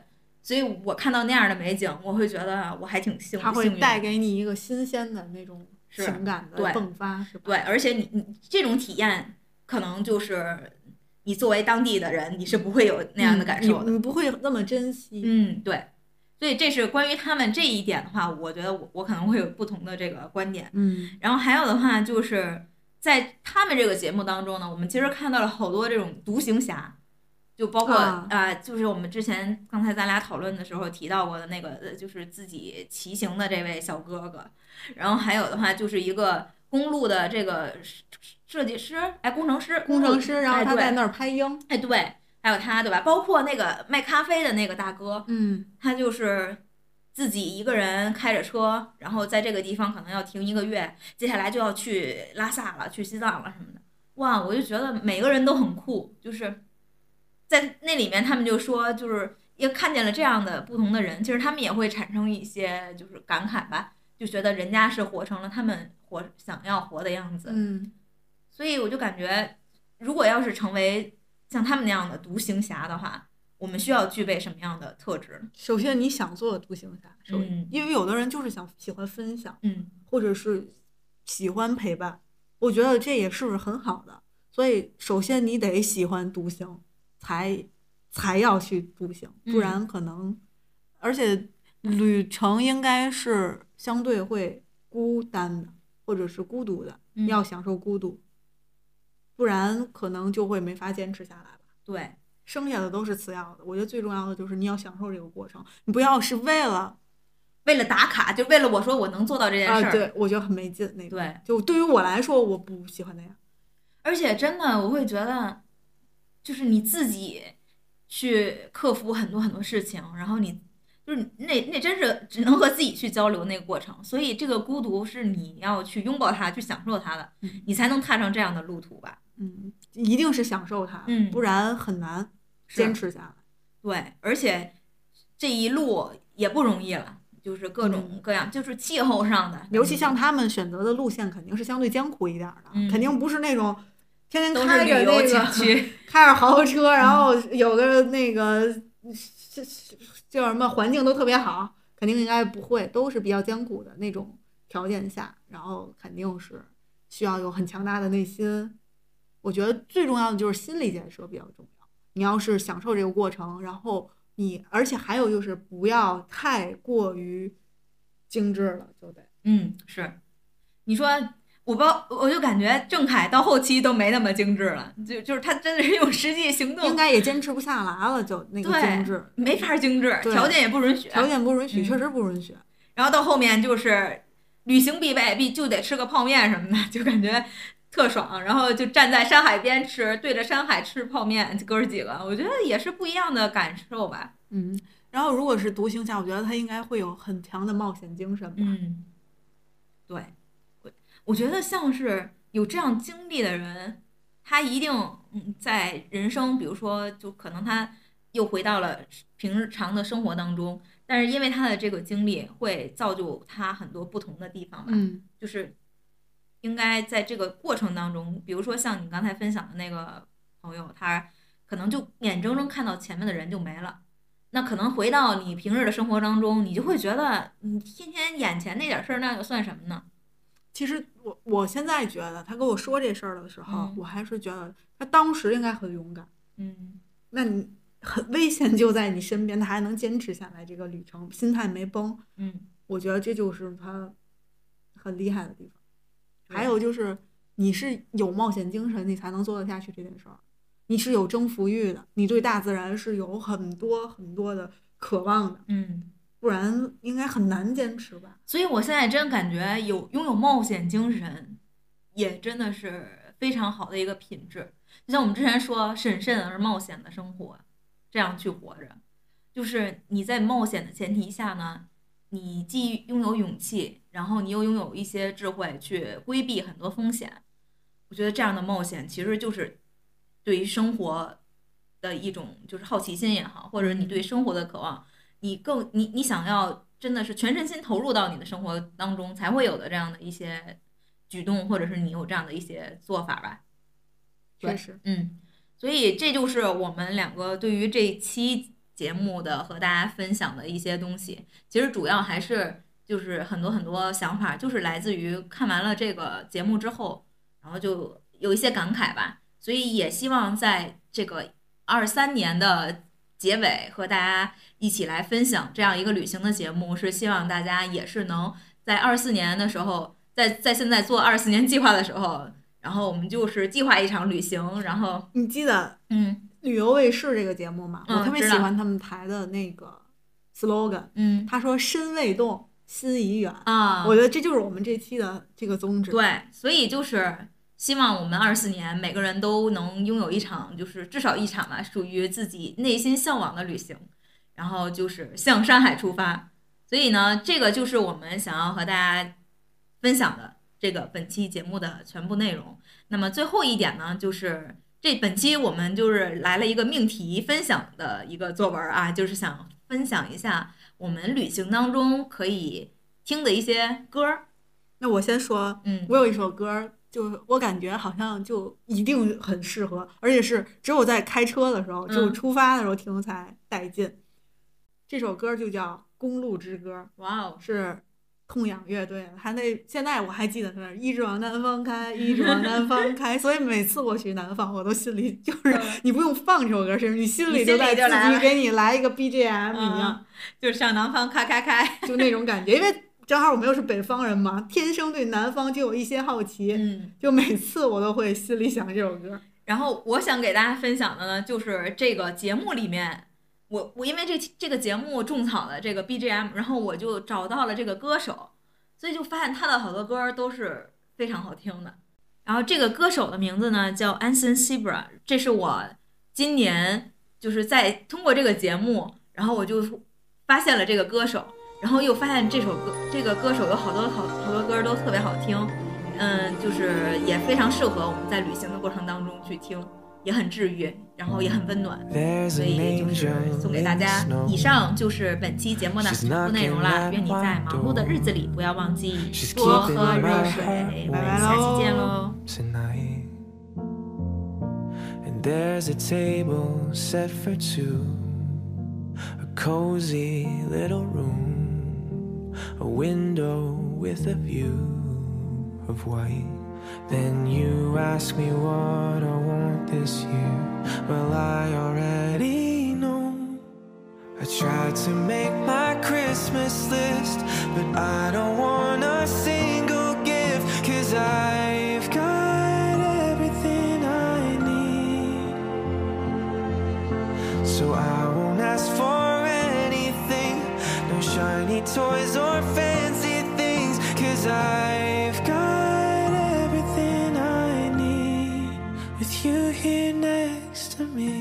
所以我看到那样的美景，我会觉得我还挺幸运， 它会带给你一个新鲜的那种情感的迸发，是吧？ 对，而且你你这种体验可能就是你作为当地的人，你是不会有那样的感受的， 嗯、你, 你不会那么珍惜。 嗯，对。所以这是关于他们这一点的话，我觉得我我可能会有不同的这个观点。 嗯， 然后还有的话就是在他们这个节目当中呢，我们其实看到了好多这种独行侠。就包括啊、 啊呃，就是我们之前刚才咱俩讨论的时候提到过的那个，就是自己骑行的这位小哥哥，然后还有的话就是一个公路的这个设计师，哎，工程师， 工程师，然后他在那儿拍鹰， 哎，对，还有他，对吧？包括那个卖咖啡的那个大哥， 嗯， 他就是自己一个人开着车，然后在这个地方可能要停一个月，接下来就要去拉萨了，去西藏了什么的，哇，我就觉得每个人都很酷，就是。在那里面，他们就说，就是也看见了这样的不同的人，其实他们也会产生一些就是感慨吧，就觉得人家是活成了他们活想要活的样子。 嗯， 所以我就感觉，如果要是成为像他们那样的独行侠的话，我们需要具备什么样的特质？ 首先，你想做独行侠，首先， 嗯， 因为有的人就是想喜欢分享， 嗯， 或者是喜欢陪伴，我觉得这也是很好的。所以，首先你得喜欢独行。才才要去独行，不然可能， 嗯、 而且旅程应该是相对会孤单的，或者是孤独的， 嗯、 要享受孤独，不然可能就会没法坚持下来吧。 对， 剩下的都是次要的。我觉得最重要的就是你要享受这个过程，你不要是为了为了打卡，就为了我说我能做到这件事儿、 啊。对，我觉得很没劲那个。对， 就对于我来说，我不喜欢那样。 而且真的，我会觉得。就是你自己去克服很多很多事情，然后你就是那那真是只能和自己去交流那个过程，所以这个孤独是你要去拥抱它，去享受它的， 嗯、 你才能踏上这样的路途吧。 嗯，一定是享受它， 嗯， 不然很难坚持下来。 对，而且这一路也不容易了，就是各种各样，嗯、就是气候上的， 尤其像他们选择的路线肯定是相对艰苦一点的， 嗯、 肯定不是那种。天天开着那个去开着豪车，然后有个那个叫什么环境都特别好，肯定应该不会，都是比较艰苦的那种条件下，然后肯定是需要有很强大的内心。我觉得最重要的就是心理建设比较重要。你要是享受这个过程，然后你而且还有就是不要太过于精致了，就得嗯是，你说。我包，我就感觉郑恺到后期都没那么精致了，就就是他真的是用实际行动， 应该也坚持不下来了，就那个精致， 没法精致，条件也不允许， 条件不允许， 嗯、 确实不允许。 然后到后面就是旅行必备，必就得吃个泡面什么的，就感觉特爽。然后就站在山海边吃，对着山海吃泡面，哥儿几个，我觉得也是不一样的感受吧。 嗯，然后如果是独行侠，我觉得他应该会有很强的冒险精神吧。 嗯，对。我觉得像是有这样经历的人，他一定嗯在人生，比如说，就可能他又回到了平日常的生活当中，但是因为他的这个经历，会造就他很多不同的地方吧。 嗯， 就是应该在这个过程当中，比如说像你刚才分享的那个朋友，他可能就眼睁睁看到前面的人就没了，那可能回到你平日的生活当中，你就会觉得你天天眼前那点事儿，那又算什么呢？ 其实我我现在觉得他跟我说这事儿的时候， 嗯、 我还是觉得他当时应该很勇敢。 嗯， 那你很危险就在你身边，他还能坚持下来这个旅程，心态没崩。 嗯， 我觉得这就是他很厉害的地方。还有就是你是有冒险精神，你才能做得下去这件事儿。你是有征服欲的，你对大自然是有很多很多的渴望的。 嗯。 不然应该很难坚持吧。 所以我现在真感觉有拥有冒险精神，也真的是非常好的一个品质。就像我们之前说，审慎而冒险的生活，这样去活着，就是你在冒险的前提下呢，你既拥有勇气，然后你又拥有一些智慧去规避很多风险。我觉得这样的冒险其实就是对于生活的一种就是好奇心也好，或者你对生活的渴望。你更你你想要真的是全身心投入到你的生活当中，才会有的这样的一些举动，或者是你有这样的一些做法吧。 确实， 嗯，所以这就是我们两个对于这一期节目的和大家分享的一些东西，其实主要还是就是很多很多想法，就是来自于看完了这个节目之后，然后就有一些感慨吧。所以也希望在这个二三年的结尾和大家一起来分享这样一个旅行的节目，是希望大家也是能在二四年的时候，在在现在做二四年计划的时候，然后我们就是计划一场旅行，然后你记得嗯旅游卫视这个节目吗？ 嗯我特别喜欢他们台的那个 slogan， 嗯， 他说身未动，心已远啊， 我觉得这就是我们这期的这个宗旨。 对，所以就是希望我们二四年每个人都能拥有一场，就是至少一场吧，属于自己内心向往的旅行，然后就是向山海出发。所以呢，这个就是我们想要和大家分享的这个本期节目的全部内容。那么最后一点呢，就是这本期我们就是来了一个命题分享的一个作文啊，就是想分享一下我们旅行当中可以听的一些歌儿。 那我先说， 嗯， 我有一首歌，就我感觉好像就一定很适合，而且是只有在开车的时候， 嗯只有出发的时候听才带劲。这首歌就叫《公路之歌》， 哇哦， 是痛仰乐队的。他那现在我还记得是一直往南方开，一直往南方开。所以每次我去南方，我都心里就是你不用放这首歌，是你心里就在自己给你来一个 B G M 一样， 嗯、就是向南方开开开， 就那种感觉。因为正好我们又是北方人嘛，天生对南方就有一些好奇， 嗯， 就每次我都会心里想这首歌。 然后我想给大家分享的呢，就是这个节目里面。我我因为这这个节目种草的这个 B G M， 然后我就找到了这个歌手，所以就发现他的好多歌都是非常好听的。然后这个歌手的名字呢叫 Anson Seabra， 这是我今年就是在通过这个节目，然后我就发现了这个歌手，然后又发现这首歌这个歌手有好多好好多歌都特别好听，嗯，就是也非常适合我们在旅行的过程当中去听。也很治愈，然后也很温暖，所以就是送给大家。以上就是本期节目的全部内容了。愿你在忙碌的日子里不要忘记多喝热水。我们下期见喽。 And there's a table set for two, a cozy little room, a window with a view of white.Then you ask me what I want this year. Well, I already know. I tried to make my Christmas list, but I don't want a single gift, 'cause I've got everything I need. So I won't ask for anything, no shiny toys or fancy things, 'cause I've got.With you here next to me,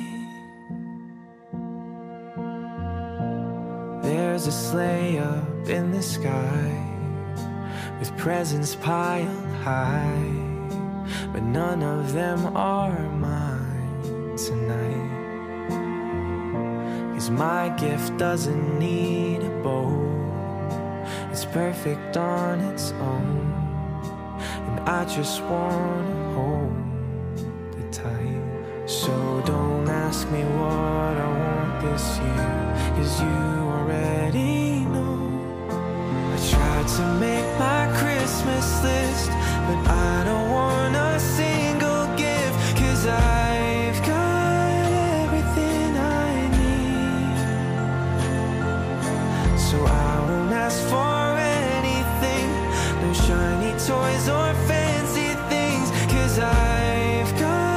there's a sleigh up in the sky with presents piled high, but none of them are mine tonight, 'cause my gift doesn't need a bow, it's perfect on its own, and I just wanna hold.So don't ask me what I want this year, 'cause you already know. I tried to make my Christmas list, but I don't want a single gift, 'cause I've got everything I need. So I won't ask for anything, no shiny toys or fancy things, 'cause I've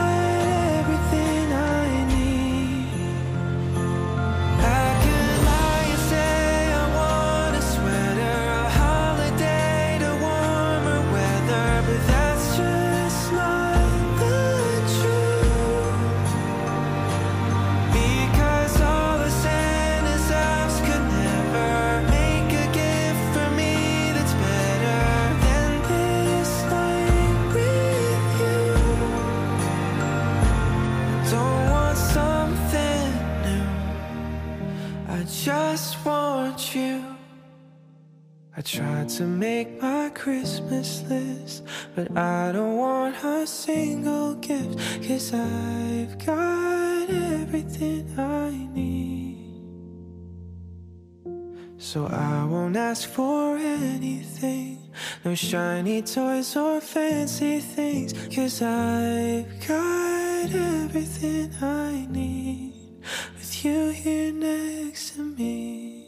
got...Just want you. I tried to make my Christmas list, but I don't want a single gift, 'cause I've got everything I need. So I won't ask for anything, no shiny toys or fancy things, 'cause I've got everything I need with you here next to me.